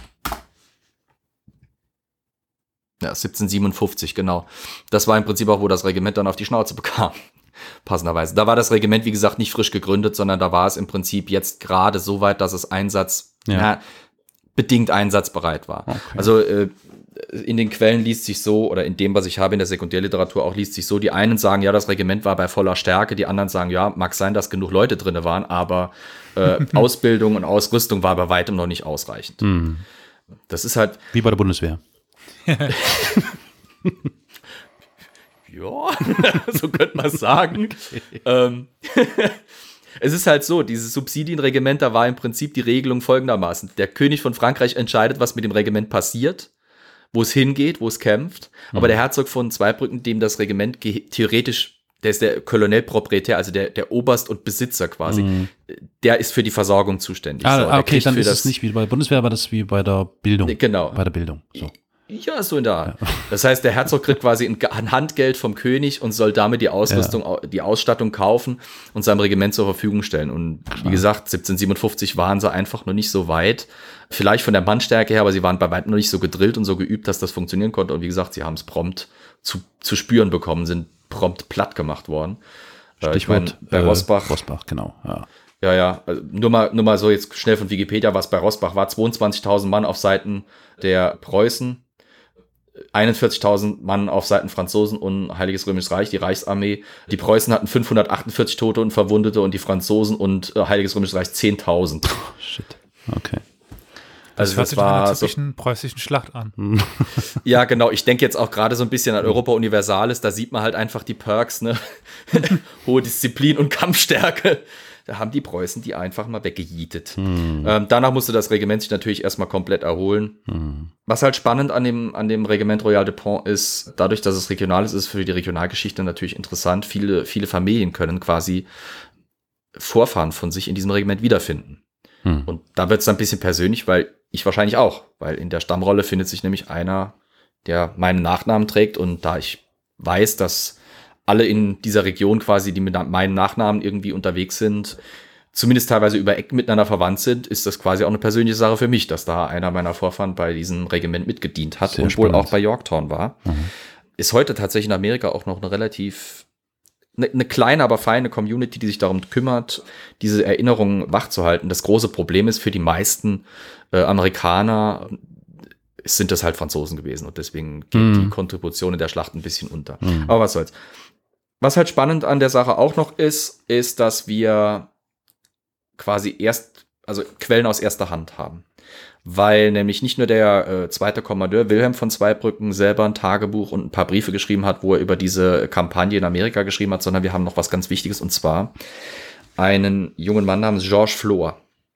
Ja, 1757, genau. Das war im Prinzip auch, wo das Regiment dann auf die Schnauze bekam. Passenderweise. Da war das Regiment, wie gesagt, nicht frisch gegründet, sondern da war es im Prinzip jetzt gerade so weit, dass es bedingt einsatzbereit war. Okay. Also in den Quellen liest sich so, oder in dem, was ich habe in der Sekundärliteratur auch, liest sich so, die einen sagen, ja, das Regiment war bei voller Stärke, die anderen sagen, ja, mag sein, dass genug Leute drin waren, aber Ausbildung und Ausrüstung war bei weitem noch nicht ausreichend. Das ist halt... Wie bei der Bundeswehr. Ja, so könnte man es sagen. Es ist halt so, dieses Subsidienregiment, da war im Prinzip die Regelung folgendermaßen. Der König von Frankreich entscheidet, was mit dem Regiment passiert, wo es hingeht, wo es kämpft. Aber der Herzog von Zweibrücken, dem das Regiment theoretisch, der ist der Colonel proprietär, also der Oberst und Besitzer quasi, der ist für die Versorgung zuständig. Okay, dann ist es nicht wie bei der Bundeswehr, aber das ist wie bei der Bildung. Genau. Bei der Bildung, so. Ja, so in der Art. Ja. Das heißt, der Herzog kriegt quasi ein Handgeld vom König und soll damit die Ausrüstung, die Ausstattung kaufen und seinem Regiment zur Verfügung stellen. Und wie gesagt, 1757 waren sie einfach noch nicht so weit. Vielleicht von der Mannstärke her, aber sie waren bei weitem noch nicht so gedrillt und so geübt, dass das funktionieren konnte. Und wie gesagt, sie haben es prompt zu spüren bekommen, sind prompt platt gemacht worden. Stichwort bei Rossbach. Rossbach, genau, ja. Ja, also nur mal so jetzt schnell von Wikipedia, was bei Rossbach war. 22.000 Mann auf Seiten der Preußen. 41.000 Mann auf Seiten Franzosen und Heiliges Römisches Reich, die Reichsarmee. Die Preußen hatten 548 Tote und Verwundete und die Franzosen und Heiliges Römisches Reich 10.000. Shit, okay. Also das war einer typischen preußischen Schlacht an. Ja, genau. Ich denke jetzt auch gerade so ein bisschen an Europa Universalis. Da sieht man halt einfach die Perks, ne? Hohe Disziplin und Kampfstärke. Da haben die Preußen die einfach mal weggejietet. Danach musste das Regiment sich natürlich erstmal komplett erholen. Was halt spannend an dem Regiment Royal de Pont ist, dadurch, dass es regional ist, ist für die Regionalgeschichte natürlich interessant. Viele Familien können quasi Vorfahren von sich in diesem Regiment wiederfinden. Und da wird es dann ein bisschen persönlich, weil ich wahrscheinlich auch, weil in der Stammrolle findet sich nämlich einer, der meinen Nachnamen trägt, und da ich weiß, dass alle in dieser Region quasi, die mit meinen Nachnamen irgendwie unterwegs sind, zumindest teilweise über Ecken miteinander verwandt sind, ist das quasi auch eine persönliche Sache für mich, dass da einer meiner Vorfahren bei diesem Regiment mitgedient hat und wohl auch bei Yorktown war. Ist heute tatsächlich in Amerika auch noch eine kleine, aber feine Community, die sich darum kümmert, diese Erinnerungen wachzuhalten. Das große Problem ist für die meisten Amerikaner, sind das halt Franzosen gewesen und deswegen geht die Kontribution in der Schlacht ein bisschen unter. Aber was soll's. Was halt spannend an der Sache auch noch ist, dass wir quasi erst also Quellen aus erster Hand haben. Weil nämlich nicht nur der zweite Kommandeur Wilhelm von Zweibrücken selber ein Tagebuch und ein paar Briefe geschrieben hat, wo er über diese Kampagne in Amerika geschrieben hat, sondern wir haben noch was ganz Wichtiges, und zwar einen jungen Mann namens Georges Flohr.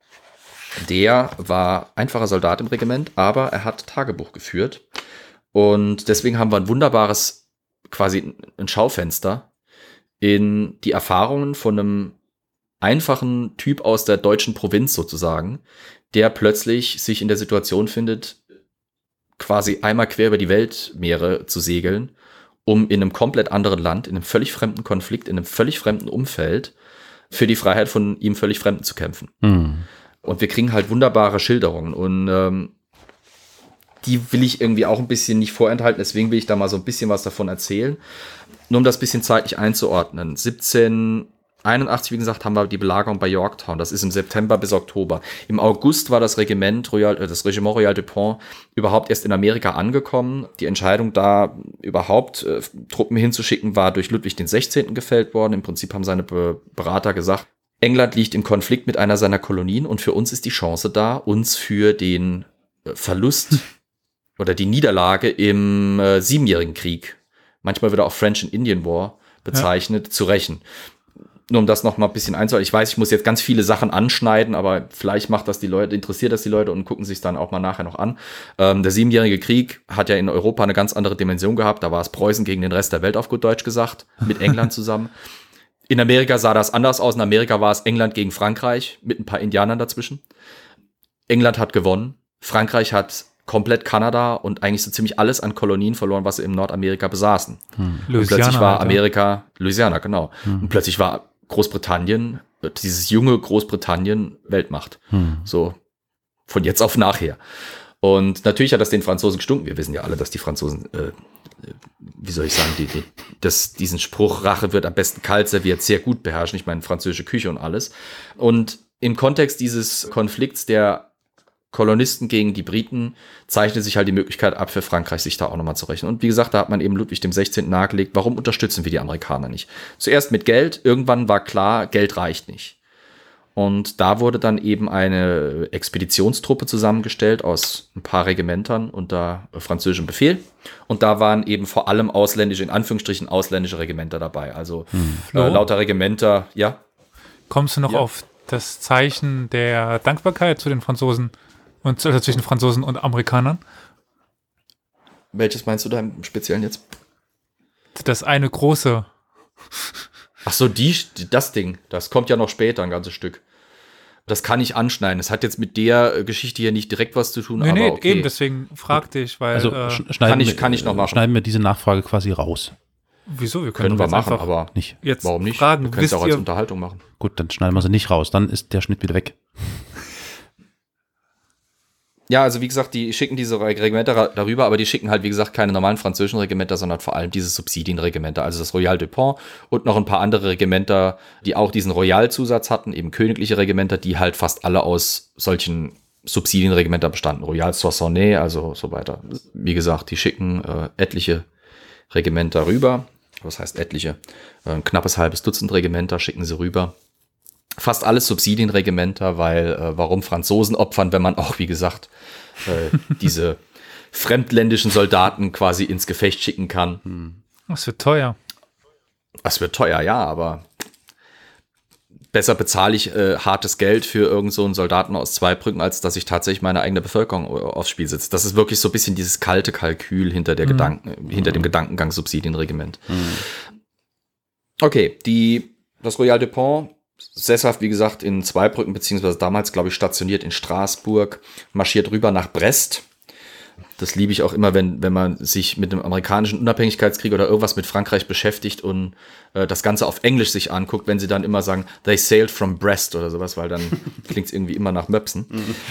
Der war einfacher Soldat im Regiment, aber er hat Tagebuch geführt. Und deswegen haben wir ein wunderbares, quasi ein Schaufenster in die Erfahrungen von einem einfachen Typ aus der deutschen Provinz sozusagen, der plötzlich sich in der Situation findet, quasi einmal quer über die Weltmeere zu segeln, um in einem komplett anderen Land, in einem völlig fremden Konflikt, in einem völlig fremden Umfeld für die Freiheit von ihm völlig Fremden zu kämpfen. Und wir kriegen halt wunderbare Schilderungen und die will ich irgendwie auch ein bisschen nicht vorenthalten, deswegen will ich da mal so ein bisschen was davon erzählen. Nur um das bisschen zeitlich einzuordnen. 1781, wie gesagt, haben wir die Belagerung bei Yorktown. Das ist im September bis Oktober. Im August war das Regiment Royal Dupont überhaupt erst in Amerika angekommen. Die Entscheidung, da überhaupt Truppen hinzuschicken, war durch Ludwig XVI. Gefällt worden. Im Prinzip haben seine Berater gesagt, England liegt im Konflikt mit einer seiner Kolonien und für uns ist die Chance da, uns für den Verlust oder die Niederlage im Siebenjährigen Krieg, manchmal wird er auch French and Indian War bezeichnet, zu rächen. Nur um das noch mal ein bisschen einzuhalten. Ich weiß, ich muss jetzt ganz viele Sachen anschneiden, aber vielleicht interessiert das die Leute und gucken sich dann auch mal nachher noch an. Der Siebenjährige Krieg hat ja in Europa eine ganz andere Dimension gehabt. Da war es Preußen gegen den Rest der Welt, auf gut Deutsch gesagt, mit England zusammen. In Amerika sah das anders aus. In Amerika war es England gegen Frankreich mit ein paar Indianern dazwischen. England hat gewonnen. Frankreich hat komplett Kanada und eigentlich so ziemlich alles an Kolonien verloren, was sie im Nordamerika besaßen. Und plötzlich war Amerika, Louisiana, genau. Und plötzlich war Großbritannien, dieses junge Großbritannien, Weltmacht. So von jetzt auf nachher. Und natürlich hat das den Franzosen gestunken. Wir wissen ja alle, dass die Franzosen, wie soll ich sagen, diesen Spruch, Rache wird am besten kalt serviert, sehr gut beherrschen. Ich meine, französische Küche und alles. Und im Kontext dieses Konflikts der Kolonisten gegen die Briten zeichnet sich halt die Möglichkeit ab, für Frankreich sich da auch nochmal zu rechnen. Und wie gesagt, da hat man eben Ludwig XVI. Nahegelegt, warum unterstützen wir die Amerikaner nicht? Zuerst mit Geld, irgendwann war klar, Geld reicht nicht. Und da wurde dann eben eine Expeditionstruppe zusammengestellt aus ein paar Regimentern unter französischem Befehl. Und da waren eben vor allem ausländische, in Anführungsstrichen ausländische Regimenter dabei. Also lauter Regimenter, ja. Kommst du noch auf das Zeichen der Dankbarkeit zu den Franzosen? Und also zwischen Franzosen und Amerikanern? Welches meinst du da im Speziellen jetzt? Das eine große. Ach so, das Ding. Das kommt ja noch später, ein ganzes Stück. Das kann ich anschneiden. Das hat jetzt mit der Geschichte hier nicht direkt was zu tun. Nee, aber okay. Eben, deswegen fragte ich, weil... Also kann ich noch machen. Schneiden wir diese Nachfrage quasi raus. Wieso? Wir können wir machen, aber nicht. Jetzt warum nicht? Fragen, wir können es auch als Unterhaltung machen. Gut, dann schneiden wir sie nicht raus. Dann ist der Schnitt wieder weg. Ja, also wie gesagt, die schicken diese Regimenter darüber, aber die schicken halt, wie gesagt, keine normalen französischen Regimenter, sondern vor allem diese Subsidienregimenter, also das Royal Dupont und noch ein paar andere Regimenter, die auch diesen Royal-Zusatz hatten, eben königliche Regimenter, die halt fast alle aus solchen Subsidienregimenter bestanden. Royal Soissonnais, also so weiter. Wie gesagt, die schicken etliche Regimenter rüber. Was heißt etliche? Ein knappes halbes Dutzend Regimenter schicken sie rüber. Fast alles Subsidienregimenter, weil warum Franzosen opfern, wenn man auch, wie gesagt, diese fremdländischen Soldaten quasi ins Gefecht schicken kann. Das wird teuer. Das wird teuer, ja, aber besser bezahle ich hartes Geld für irgend so einen Soldaten aus Zweibrücken, als dass ich tatsächlich meine eigene Bevölkerung aufs Spiel setze. Das ist wirklich so ein bisschen dieses kalte Kalkül hinter der hinter dem Gedankengang Subsidienregiment. Okay, das Royal Dupont, sesshaft, wie gesagt, in Zweibrücken, beziehungsweise damals, glaube ich, stationiert in Straßburg, marschiert rüber nach Brest. Das liebe ich auch immer, wenn man sich mit dem amerikanischen Unabhängigkeitskrieg oder irgendwas mit Frankreich beschäftigt und das Ganze auf Englisch sich anguckt, wenn sie dann immer sagen, they sailed from Brest oder sowas, weil dann klingt es irgendwie immer nach Möpsen.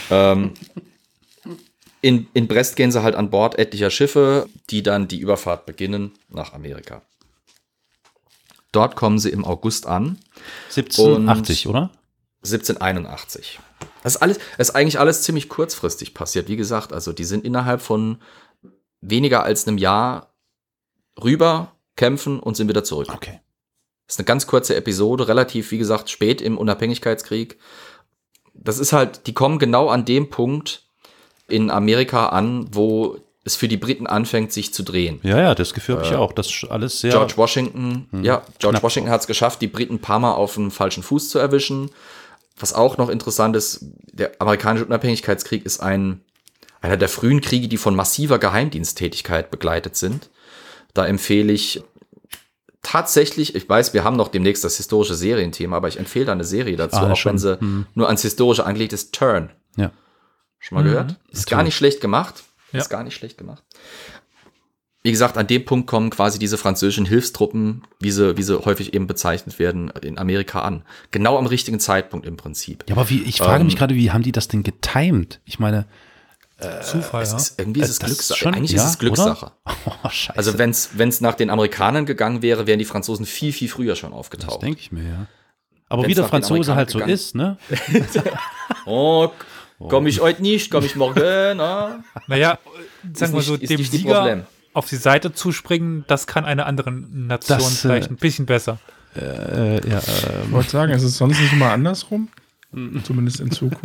In Brest gehen sie halt an Bord etlicher Schiffe, die dann die Überfahrt beginnen nach Amerika. Dort kommen sie im August an. 1780, oder? 1781. Das ist eigentlich alles ziemlich kurzfristig passiert. Wie gesagt, also die sind innerhalb von weniger als einem Jahr rüber, kämpfen und sind wieder zurück. Okay. Das ist eine ganz kurze Episode, relativ, wie gesagt, spät im Unabhängigkeitskrieg. das ist halt, die kommen genau an dem Punkt in Amerika an, wo es für die Briten anfängt, sich zu drehen. Ja, das Gefühl habe ich auch. Das ist alles sehr. George Washington hat es geschafft, die Briten ein paar Mal auf dem falschen Fuß zu erwischen. Was auch noch interessant ist, der amerikanische Unabhängigkeitskrieg ist einer der frühen Kriege, die von massiver Geheimdiensttätigkeit begleitet sind. Da empfehle ich tatsächlich, ich weiß, wir haben noch demnächst das historische Serienthema, aber ich empfehle da eine Serie dazu, wenn sie nur ans Historische angelegt ist, Turn. Ja. Schon mal gehört? Ist gar nicht schlecht gemacht. Ja. Ist gar nicht schlecht gemacht. Wie gesagt, an dem Punkt kommen quasi diese französischen Hilfstruppen, wie sie häufig eben bezeichnet werden, in Amerika an. Genau am richtigen Zeitpunkt im Prinzip. Ja, aber ich frage mich gerade, wie haben die das denn getimed? Ich meine, Zufall, es ja. ist irgendwie ist es Glückssache. schon, Eigentlich ja, ist es Glückssache. Oh, scheiße. Also wenn es nach den Amerikanern gegangen wäre, wären die Franzosen viel, viel früher schon das aufgetaucht. denke ich mir, ja. Aber Wenn's wie der nach den Franzose halt so Amerikanern ist, ne? Oh, komm ich heute nicht, komm ich morgen. Naja, sagen wir so, ist dem nicht die Sieger Problem. auf die Seite zuspringen, das kann eine andere Nation Das, vielleicht ein bisschen besser. Ich wollte sagen, ist es sonst nicht immer andersrum? Zumindest in Zukunft.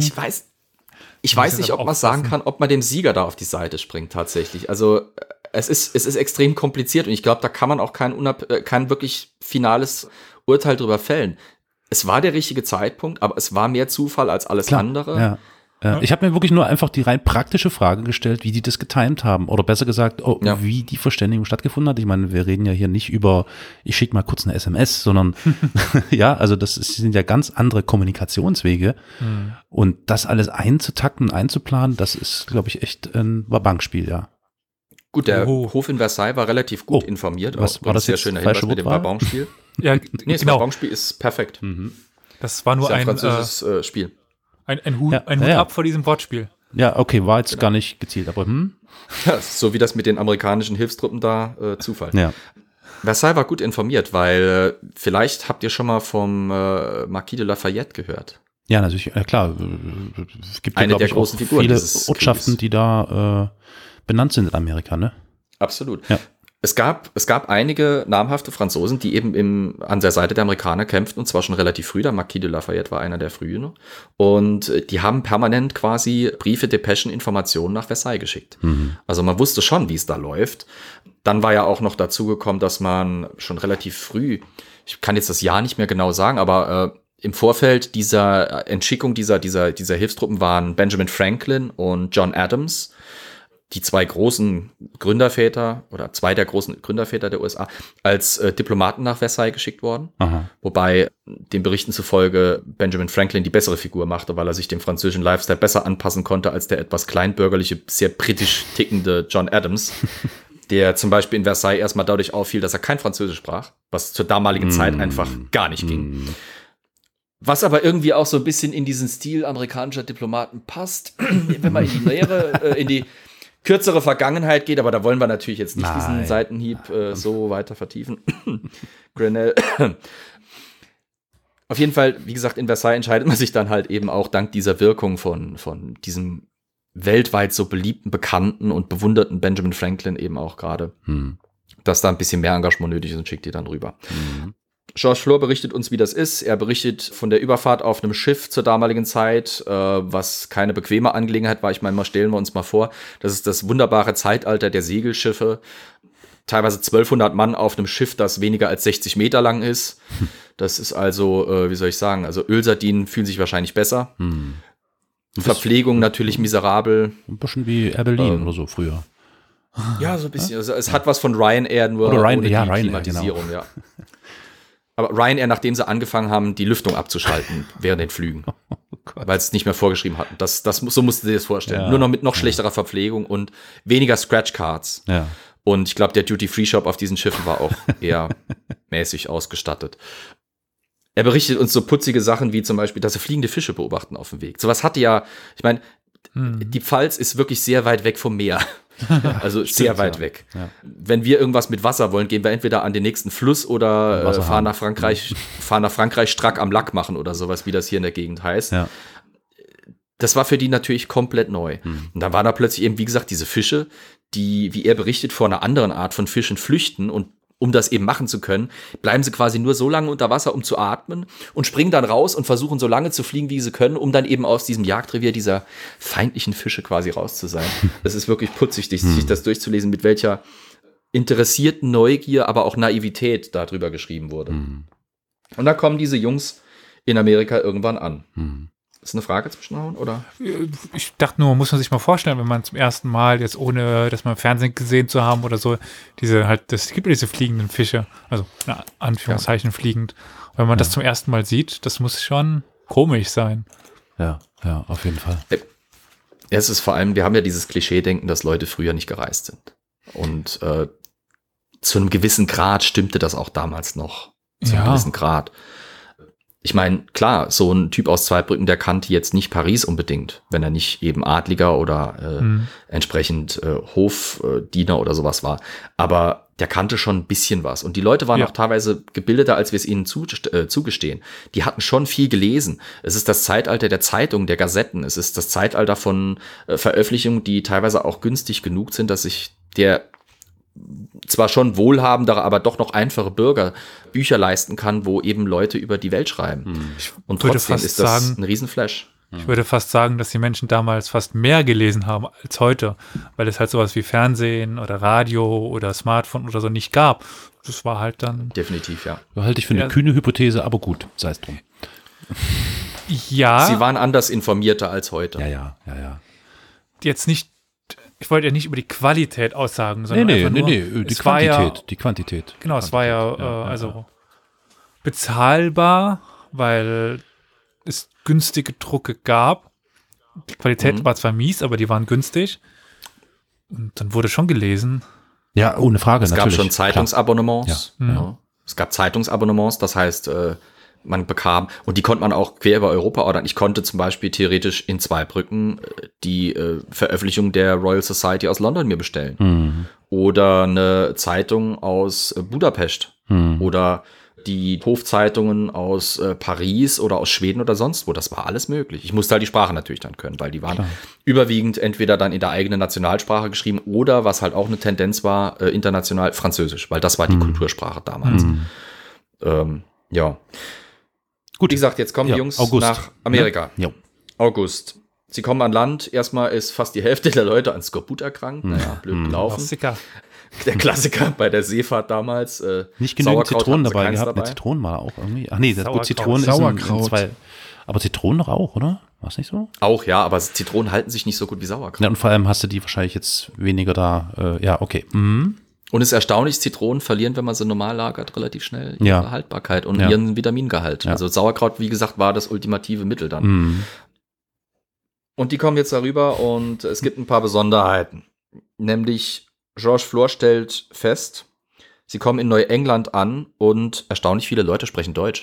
Ich weiß jetzt nicht, aber ob man sagen aufpassen. kann, ob man dem Sieger da auf die Seite springt tatsächlich. Also es ist extrem kompliziert und ich glaube, da kann man auch kein wirklich finales Urteil drüber fällen. Es war der richtige Zeitpunkt, aber es war mehr Zufall als alles andere. Ja. Ich habe mir wirklich nur einfach die rein praktische Frage gestellt, wie die das getimed haben. Oder besser gesagt, wie die Verständigung stattgefunden hat. Ich meine, wir reden ja hier nicht über, ich schicke mal kurz eine SMS, sondern ja, also sind ja ganz andere Kommunikationswege. Und das alles einzutakten, einzuplanen, das ist, glaube ich, echt ein Bankspiel, ja. Gut, der Hof in Versailles war relativ gut informiert. Was war das sehr jetzt? schöner Falsche Hinweis mit dem Wortwahl? Wabonspiel. Ja, Nee, das Wabonspiel ist perfekt. das war nur Ist ja ein französisches Spiel. Hut Ja, Hut ja. ab vor diesem Wortspiel. Ja, okay, war jetzt gar nicht gezielt, aber Ja, so wie das mit den amerikanischen Hilfstruppen da Zufall. ja. Versailles war gut informiert, weil vielleicht habt ihr schon mal vom Marquis de Lafayette gehört. Ja, natürlich, klar. Es gibt ja, Eine glaub der ich, großen auch Figuren viele dieses Ortschaften, Krieges. die da benannt sind in Amerika, ne? Absolut. Ja. Es gab einige namhafte Franzosen, die eben an der Seite der Amerikaner kämpften, und zwar schon relativ früh. Der Marquis de Lafayette war einer der frühen. Und die haben permanent quasi Briefe, Depeschen, Informationen nach Versailles geschickt. Also man wusste schon, wie es da läuft. Dann war ja auch noch dazu gekommen, dass man schon relativ früh, ich kann jetzt das Jahr nicht mehr genau sagen, aber im Vorfeld dieser Entschickung dieser Hilfstruppen waren Benjamin Franklin und John Adams, die zwei großen Gründerväter oder zwei der großen Gründerväter der USA, als Diplomaten nach Versailles geschickt worden. Aha. Wobei den Berichten zufolge Benjamin Franklin die bessere Figur machte, weil er sich dem französischen Lifestyle besser anpassen konnte als der etwas kleinbürgerliche, sehr britisch tickende John Adams, der zum Beispiel in Versailles erstmal dadurch auffiel, dass er kein Französisch sprach, was zur damaligen Zeit einfach gar nicht ging. Was aber irgendwie auch so ein bisschen in diesen Stil amerikanischer Diplomaten passt, wenn man in die kürzere Vergangenheit geht, aber da wollen wir natürlich jetzt nicht diesen Seitenhieb so weiter vertiefen. Grenell. Auf jeden Fall, wie gesagt, in Versailles entscheidet man sich dann halt eben auch dank dieser Wirkung von diesem weltweit so beliebten, bekannten und bewunderten Benjamin Franklin eben auch gerade, dass da ein bisschen mehr Engagement nötig ist und schickt die dann rüber. Georges Flor berichtet uns, wie das ist. Er berichtet von der Überfahrt auf einem Schiff zur damaligen Zeit, was keine bequeme Angelegenheit war. Ich meine, stellen wir uns mal vor, das ist das wunderbare Zeitalter der Segelschiffe. Teilweise 1200 Mann auf einem Schiff, das weniger als 60 Meter lang ist. Das ist also, wie soll ich sagen, also Ölsardinen fühlen sich wahrscheinlich besser. Verpflegung natürlich miserabel. Ein bisschen wie Air Berlin oder so früher. Ja, so ein bisschen. Also, es hat was von Ryanair, nur Oder ohne die Ryanair, Klimatisierung, ja. Aber Ryanair, nachdem sie angefangen haben, die Lüftung abzuschalten während den Flügen, weil sie es nicht mehr vorgeschrieben hatten. So mussten sie das vorstellen. Ja. Nur noch mit noch schlechterer Verpflegung und weniger Scratch-Cards. Ja. Und ich glaube, der Duty-Free-Shop auf diesen Schiffen war auch eher mäßig ausgestattet. Er berichtet uns so putzige Sachen wie zum Beispiel, dass sie fliegende Fische beobachten auf dem Weg. Sowas hatte ja, ich meine, die Pfalz ist wirklich sehr weit weg vom Meer. Also sehr weit weg. Ja. Wenn wir irgendwas mit Wasser wollen, gehen wir entweder an den nächsten Fluss oder fahren nach Frankreich Strack am Lack machen oder sowas, wie das hier in der Gegend heißt. Ja. Das war für die natürlich komplett neu. Und dann waren da plötzlich eben, wie gesagt, diese Fische, die, wie er berichtet, vor einer anderen Art von Fischen flüchten und um das eben machen zu können, bleiben sie quasi nur so lange unter Wasser, um zu atmen und springen dann raus und versuchen so lange zu fliegen, wie sie können, um dann eben aus diesem Jagdrevier dieser feindlichen Fische quasi raus zu sein. Das ist wirklich putzig, sich das durchzulesen, mit welcher interessierten Neugier, aber auch Naivität darüber geschrieben wurde. Und da kommen diese Jungs in Amerika irgendwann an. Ist eine Frage zwischenhauen, oder? Ich dachte nur, muss man sich mal vorstellen, wenn man zum ersten Mal, jetzt ohne das mal im Fernsehen gesehen zu haben oder so, es gibt diese fliegenden Fische, also in Anführungszeichen fliegend. Und wenn man das zum ersten Mal sieht, das muss schon komisch sein. Ja, auf jeden Fall. Es ist vor allem, wir haben ja dieses Klischee-Denken, dass Leute früher nicht gereist sind. Und zu einem gewissen Grad stimmte das auch damals noch. Zu einem gewissen Grad. Ich meine, klar, so ein Typ aus Zweibrücken, der kannte jetzt nicht Paris unbedingt, wenn er nicht eben Adliger oder entsprechend Hofdiener oder sowas war. Aber der kannte schon ein bisschen was. Und die Leute waren auch teilweise gebildeter, als wir es ihnen zugestehen. Die hatten schon viel gelesen. Es ist das Zeitalter der Zeitungen, der Gazetten. Es ist das Zeitalter von Veröffentlichungen, die teilweise auch günstig genug sind, dass sich der zwar schon wohlhabendere, aber doch noch einfache Bürger Bücher leisten kann, wo eben Leute über die Welt schreiben. Und trotzdem ist das ein Riesenflash. Ich würde fast sagen, dass die Menschen damals fast mehr gelesen haben als heute, weil es halt sowas wie Fernsehen oder Radio oder Smartphone oder so nicht gab. Das war halt dann... Definitiv, ja. Halte ich für eine kühne Hypothese, aber gut, sei es drum. Ja. Sie waren anders informierter als heute. Ja. Jetzt nicht, ich wollte ja nicht über die Qualität aussagen, sondern einfach nur, die Quantität. Die Quantität. Genau, es war ja bezahlbar, weil es günstige Drucke gab. Die Qualität war zwar mies, aber die waren günstig. Und dann wurde schon gelesen. Ja, ohne Frage, es natürlich. Es gab schon Zeitungsabonnements. Ja. Es gab Zeitungsabonnements, das heißt, man bekam, und die konnte man auch quer über Europa ordern. Ich konnte zum Beispiel theoretisch in Zweibrücken die Veröffentlichung der Royal Society aus London mir bestellen. Oder eine Zeitung aus Budapest. Oder die Hofzeitungen aus Paris oder aus Schweden oder sonst wo. Das war alles möglich. Ich musste halt die Sprache natürlich dann können, weil die waren überwiegend entweder dann in der eigenen Nationalsprache geschrieben oder, was halt auch eine Tendenz war, international Französisch, weil das war die Kultursprache damals. Ja. Gut, wie gesagt, jetzt kommen die Jungs nach Amerika. Ja. August. Sie kommen an Land. Erstmal ist fast die Hälfte der Leute an Skorbut erkrankt. Naja, blöd gelaufen. Klassiker. Der Klassiker bei der Seefahrt damals. Nicht genügend Zitronen dabei gehabt. Eine Zitronen war auch irgendwie. Ach nee, gut, Zitronen Sauerkraut. ist zwei. Aber Zitronen doch auch, oder? War es nicht so? Auch, ja, aber Zitronen halten sich nicht so gut wie Sauerkraut. Ja, und vor allem hast du die wahrscheinlich jetzt weniger da. Ja, okay. Und es ist erstaunlich, Zitronen verlieren, wenn man sie normal lagert, relativ schnell ihre Haltbarkeit und ihren Vitamingehalt. Ja. Also Sauerkraut, wie gesagt, war das ultimative Mittel dann. Und die kommen jetzt darüber und es gibt ein paar Besonderheiten. Nämlich Georges Flor stellt fest, sie kommen in Neuengland an und erstaunlich viele Leute sprechen Deutsch.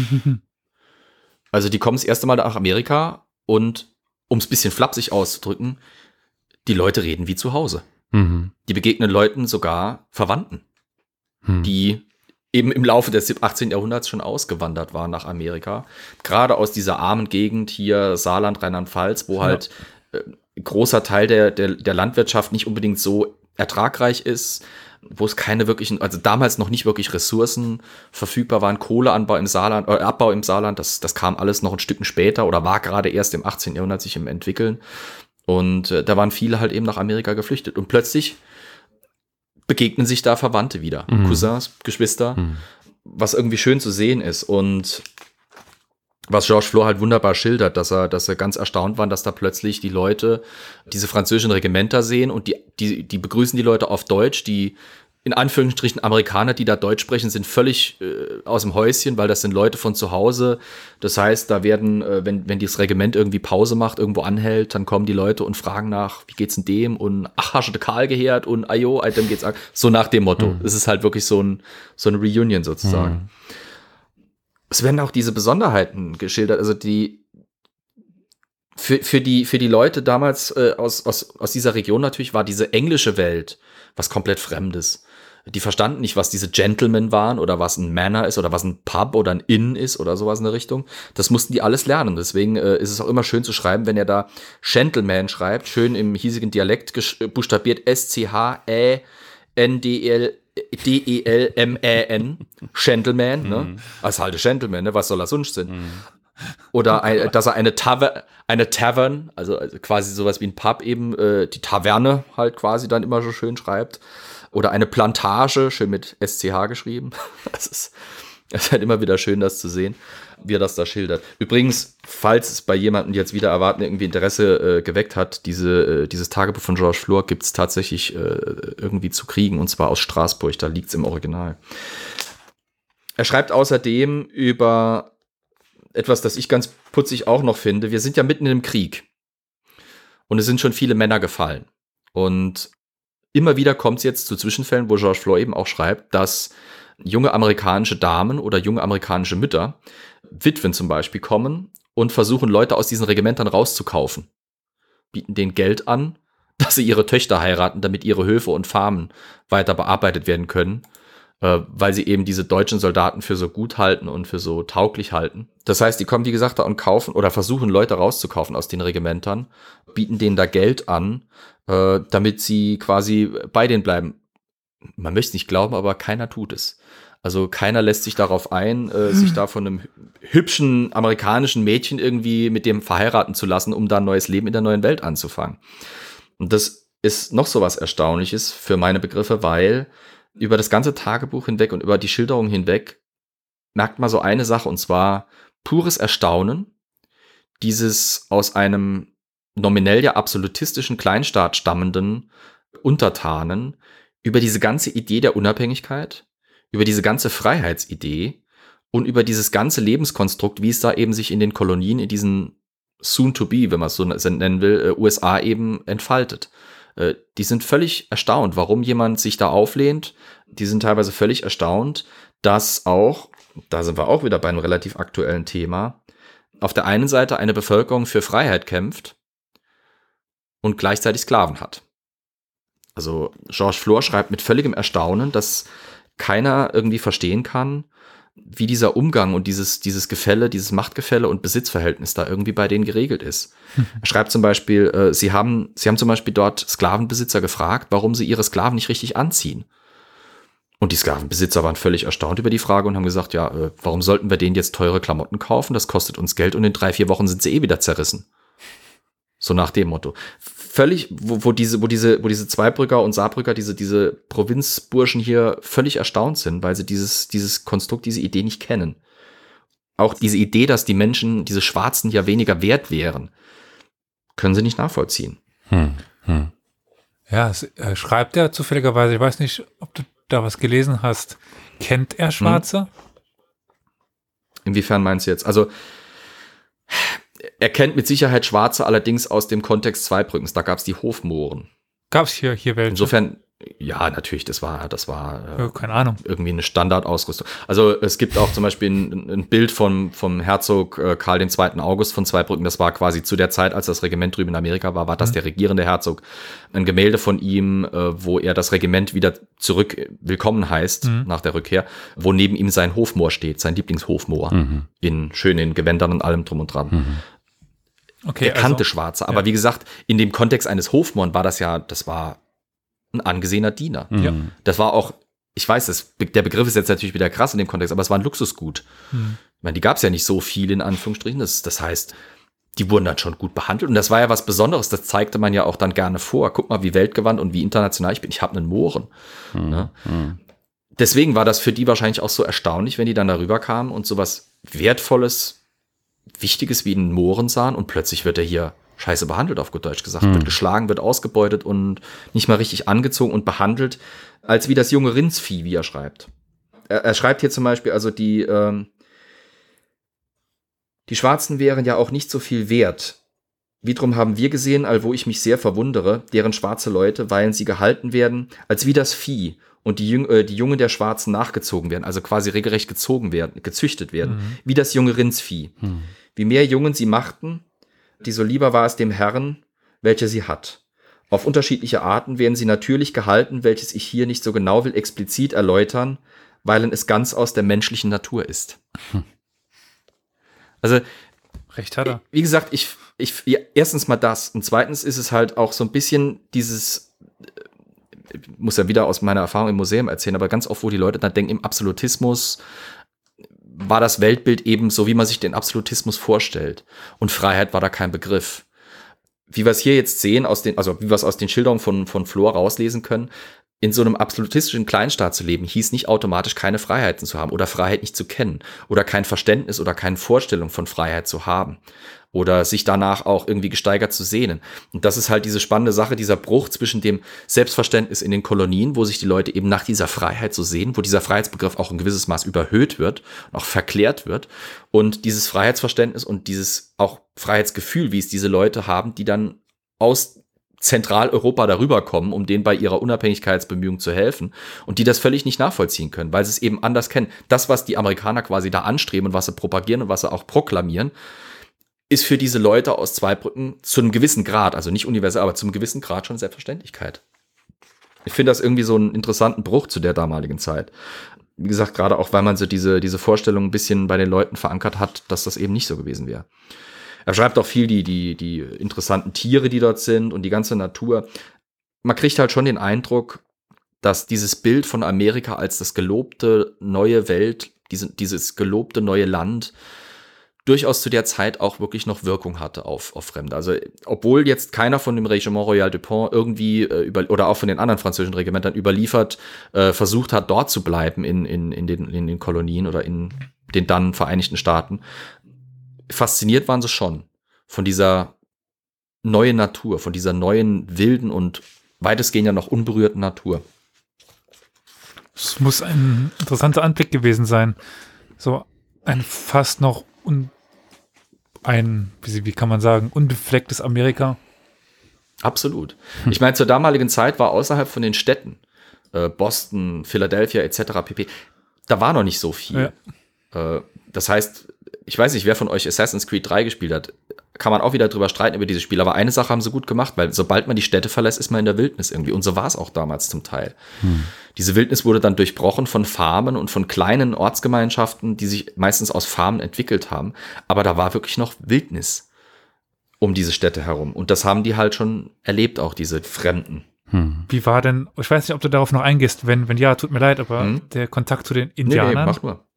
Also die kommen das erste Mal nach Amerika und, um es ein bisschen flapsig auszudrücken, die Leute reden wie zu Hause. Die begegnen Leuten, sogar Verwandten, die eben im Laufe des 18. Jahrhunderts schon ausgewandert waren nach Amerika. Gerade aus dieser armen Gegend hier, Saarland, Rheinland-Pfalz, wo halt ein großer Teil der Landwirtschaft nicht unbedingt so ertragreich ist, wo es keine wirklichen, also damals noch nicht wirklich Ressourcen verfügbar waren. Kohleanbau im Saarland, Abbau im Saarland, das kam alles noch ein Stückchen später oder war gerade erst im 18. Jahrhundert sich im Entwickeln. Und da waren viele halt eben nach Amerika geflüchtet. Und plötzlich begegnen sich da Verwandte wieder. Cousins, Geschwister, was irgendwie schön zu sehen ist. Und was Georges Flor halt wunderbar schildert, dass er ganz erstaunt waren, dass da plötzlich die Leute diese französischen Regimenter sehen und die begrüßen die Leute auf Deutsch, die in Anführungsstrichen Amerikaner, die da Deutsch sprechen, sind völlig aus dem Häuschen, weil das sind Leute von zu Hause. Das heißt, da werden, wenn dieses Regiment irgendwie Pause macht, irgendwo anhält, dann kommen die Leute und fragen nach, wie geht's denn dem? Und ach, hast du Karl gehört? Und ajo, dem geht's an. So nach dem Motto. Es ist halt wirklich so eine Reunion sozusagen. Es werden auch diese Besonderheiten geschildert, also die für die Leute damals aus dieser Region natürlich war diese englische Welt was komplett Fremdes. Die verstanden nicht, was diese Gentlemen waren oder was ein Manor ist oder was ein Pub oder ein Inn ist oder sowas in der Richtung. Das mussten die alles lernen. Deswegen ist es auch immer schön zu schreiben, wenn er da Gentleman schreibt, schön im hiesigen Dialekt buchstabiert S-C-H-E-N-D-L D-E-L-M-A-N, Gentleman, ne? Also halt ein Gentleman, ne? Was soll er sonst sein? Oder dass er eine Tavern, also quasi sowas wie ein Pub eben, die Taverne halt quasi dann immer so schön schreibt. Oder eine Plantage, schön mit SCH geschrieben. Es ist halt immer wieder schön, das zu sehen, wie er das da schildert. Übrigens, falls es bei jemandem jetzt wieder erwarten irgendwie Interesse geweckt hat, dieses Tagebuch von Georges Flohr gibt es tatsächlich irgendwie zu kriegen, und zwar aus Straßburg, da liegt es im Original. Er schreibt außerdem über etwas, das ich ganz putzig auch noch finde. Wir sind ja mitten im Krieg und es sind schon viele Männer gefallen. Und immer wieder kommt es jetzt zu Zwischenfällen, wo Georges Flohr eben auch schreibt, dass junge amerikanische Damen oder junge amerikanische Mütter, Witwen zum Beispiel, kommen und versuchen, Leute aus diesen Regimentern rauszukaufen. Bieten denen Geld an, dass sie ihre Töchter heiraten, damit ihre Höfe und Farmen weiter bearbeitet werden können, weil sie eben diese deutschen Soldaten für so gut halten und für so tauglich halten. Das heißt, die kommen, wie gesagt, da und kaufen oder versuchen, Leute rauszukaufen aus den Regimentern, bieten denen da Geld an, damit sie quasi bei denen bleiben. Man möchte es nicht glauben, aber keiner tut es. Also keiner lässt sich darauf ein, sich da von einem hübschen amerikanischen Mädchen irgendwie mit dem verheiraten zu lassen, um da ein neues Leben in der neuen Welt anzufangen. Und das ist noch so was Erstaunliches für meine Begriffe, weil über das ganze Tagebuch hinweg und über die Schilderung hinweg merkt man so eine Sache, und zwar pures Erstaunen, dieses aus einem nominell ja absolutistischen Kleinstaat stammenden Untertanen über diese ganze Idee der Unabhängigkeit, über diese ganze Freiheitsidee und über dieses ganze Lebenskonstrukt, wie es da eben sich in den Kolonien, in diesen soon-to-be, wenn man es so nennen will, USA eben entfaltet. Die sind völlig erstaunt, warum jemand sich da auflehnt. Die sind teilweise völlig erstaunt, dass auch, da sind wir auch wieder bei einem relativ aktuellen Thema, auf der einen Seite eine Bevölkerung für Freiheit kämpft und gleichzeitig Sklaven hat. Also Georges Flohr schreibt mit völligem Erstaunen, dass keiner irgendwie verstehen kann, wie dieser Umgang und dieses Gefälle, dieses Machtgefälle und Besitzverhältnis da irgendwie bei denen geregelt ist. Er schreibt zum Beispiel, sie haben zum Beispiel dort Sklavenbesitzer gefragt, warum sie ihre Sklaven nicht richtig anziehen. Und die Sklavenbesitzer waren völlig erstaunt über die Frage und haben gesagt, ja, warum sollten wir denen jetzt teure Klamotten kaufen? Das kostet uns Geld und in 3-4 Wochen sind sie eh wieder zerrissen. So nach dem Motto. Völlig, wo diese Zweibrücker und Saarbrücker, diese Provinzburschen hier völlig erstaunt sind, weil sie dieses Konstrukt, diese Idee nicht kennen. Auch diese Idee, dass die Menschen, diese Schwarzen ja weniger wert wären, können sie nicht nachvollziehen. Ja, schreibt er zufälligerweise, ich weiß nicht, ob du da was gelesen hast, kennt er Schwarze? Inwiefern meinst du jetzt? Also, er kennt mit Sicherheit Schwarze, allerdings aus dem Kontext Zweibrückens. Da gab es die Hofmohren. Gab es hier welche? Insofern, ja, natürlich, das war keine Ahnung. Irgendwie eine Standardausrüstung. Also es gibt auch zum Beispiel ein Bild vom Herzog Karl II. August von Zweibrücken. Das war quasi zu der Zeit, als das Regiment drüben in Amerika war das der regierende Herzog. Ein Gemälde von ihm, wo er das Regiment wieder zurück willkommen heißt, nach der Rückkehr, wo neben ihm sein Hofmoor steht, sein Lieblingshofmoor, in Gewändern und allem drum und dran. Okay, der kannte Schwarze. Aber wie gesagt, in dem Kontext eines Hofmohren das war ein angesehener Diener. Ja. Das war auch, ich weiß, der Begriff ist jetzt natürlich wieder krass in dem Kontext, aber es war ein Luxusgut. Ich meine, die gab es ja nicht so viel in Anführungsstrichen. Das heißt, die wurden dann schon gut behandelt. Und das war ja was Besonderes. Das zeigte man ja auch dann gerne vor. Guck mal, wie weltgewandt und wie international ich bin. Ich habe einen Mohren. Ne? Deswegen war das für die wahrscheinlich auch so erstaunlich, wenn die dann darüber kamen und sowas Wertvolles, Wichtiges wie einen Mohren sahen und plötzlich wird er hier scheiße behandelt, auf gut Deutsch gesagt. Wird geschlagen, wird ausgebeutet und nicht mal richtig angezogen und behandelt, als wie das junge Rindsvieh, wie er schreibt. Er schreibt hier zum Beispiel, also die Schwarzen wären ja auch nicht so viel wert. Wiederum haben wir gesehen, allwo ich mich sehr verwundere, deren schwarze Leute, weilen sie gehalten werden, als wie das Vieh und die Jungen der Schwarzen nachgezogen werden, also quasi regelrecht gezüchtet werden, wie das junge Rindsvieh. Wie mehr Jungen sie machten, desto lieber war es dem Herrn, welcher sie hat. Auf unterschiedliche Arten werden sie natürlich gehalten, welches ich hier nicht so genau will explizit erläutern, weil es ganz aus der menschlichen Natur ist. Also, recht hat er. Wie gesagt, erstens mal das und zweitens ist es halt auch so ein bisschen dieses, muss ja wieder aus meiner Erfahrung im Museum erzählen, aber ganz oft, wo die Leute dann denken, im Absolutismus war das Weltbild eben so, wie man sich den Absolutismus vorstellt. Und Freiheit war da kein Begriff. Wie wir es hier jetzt sehen, wie wir es aus den Schilderungen von Flor rauslesen können, in so einem absolutistischen Kleinstaat zu leben, hieß nicht automatisch keine Freiheiten zu haben oder Freiheit nicht zu kennen oder kein Verständnis oder keine Vorstellung von Freiheit zu haben oder sich danach auch irgendwie gesteigert zu sehnen. Und das ist halt diese spannende Sache, dieser Bruch zwischen dem Selbstverständnis in den Kolonien, wo sich die Leute eben nach dieser Freiheit so sehen, wo dieser Freiheitsbegriff auch ein gewisses Maß überhöht wird und auch verklärt wird und dieses Freiheitsverständnis und dieses auch Freiheitsgefühl, wie es diese Leute haben, die dann aus Zentraleuropa darüber kommen, um denen bei ihrer Unabhängigkeitsbemühung zu helfen und die das völlig nicht nachvollziehen können, weil sie es eben anders kennen. Das, was die Amerikaner quasi da anstreben und was sie propagieren und was sie auch proklamieren, ist für diese Leute aus Zweibrücken zu einem gewissen Grad, also nicht universell, aber zu einem gewissen Grad schon Selbstverständlichkeit. Ich finde das irgendwie so einen interessanten Bruch zu der damaligen Zeit. Wie gesagt, gerade auch, weil man so diese Vorstellung ein bisschen bei den Leuten verankert hat, dass das eben nicht so gewesen wäre. Er schreibt auch viel die interessanten Tiere, die dort sind und die ganze Natur. Man kriegt halt schon den Eindruck, dass dieses Bild von Amerika als das gelobte neue Welt, dieses gelobte neue Land, durchaus zu der Zeit auch wirklich noch Wirkung hatte auf Fremde. Also obwohl jetzt keiner von dem Regiment Royal de Pont irgendwie oder auch von den anderen französischen Regimentern überliefert versucht hat, dort zu bleiben in den Kolonien oder in den dann Vereinigten Staaten, fasziniert waren sie schon von dieser neuen Natur, von dieser neuen, wilden und weitestgehend ja noch unberührten Natur. Es muss ein interessanter Anblick gewesen sein. So ein fast noch wie kann man sagen, unbeflecktes Amerika. Absolut. Ich meine, zur damaligen Zeit war außerhalb von den Städten, Boston, Philadelphia etc. pp., da war noch nicht so viel. Ja. Das heißt, ich weiß nicht, wer von euch Assassin's Creed 3 gespielt hat, kann man auch wieder drüber streiten über dieses Spiel, aber eine Sache haben sie gut gemacht, weil sobald man die Städte verlässt, ist man in der Wildnis irgendwie und so war es auch damals zum Teil. Diese Wildnis wurde dann durchbrochen von Farmen und von kleinen Ortsgemeinschaften, die sich meistens aus Farmen entwickelt haben, aber da war wirklich noch Wildnis um diese Städte herum und das haben die halt schon erlebt, auch diese Fremden. Wie war denn, ich weiß nicht, ob du darauf noch eingehst, wenn ja, tut mir leid, aber der Kontakt zu den Indianern? Nee, mach nur.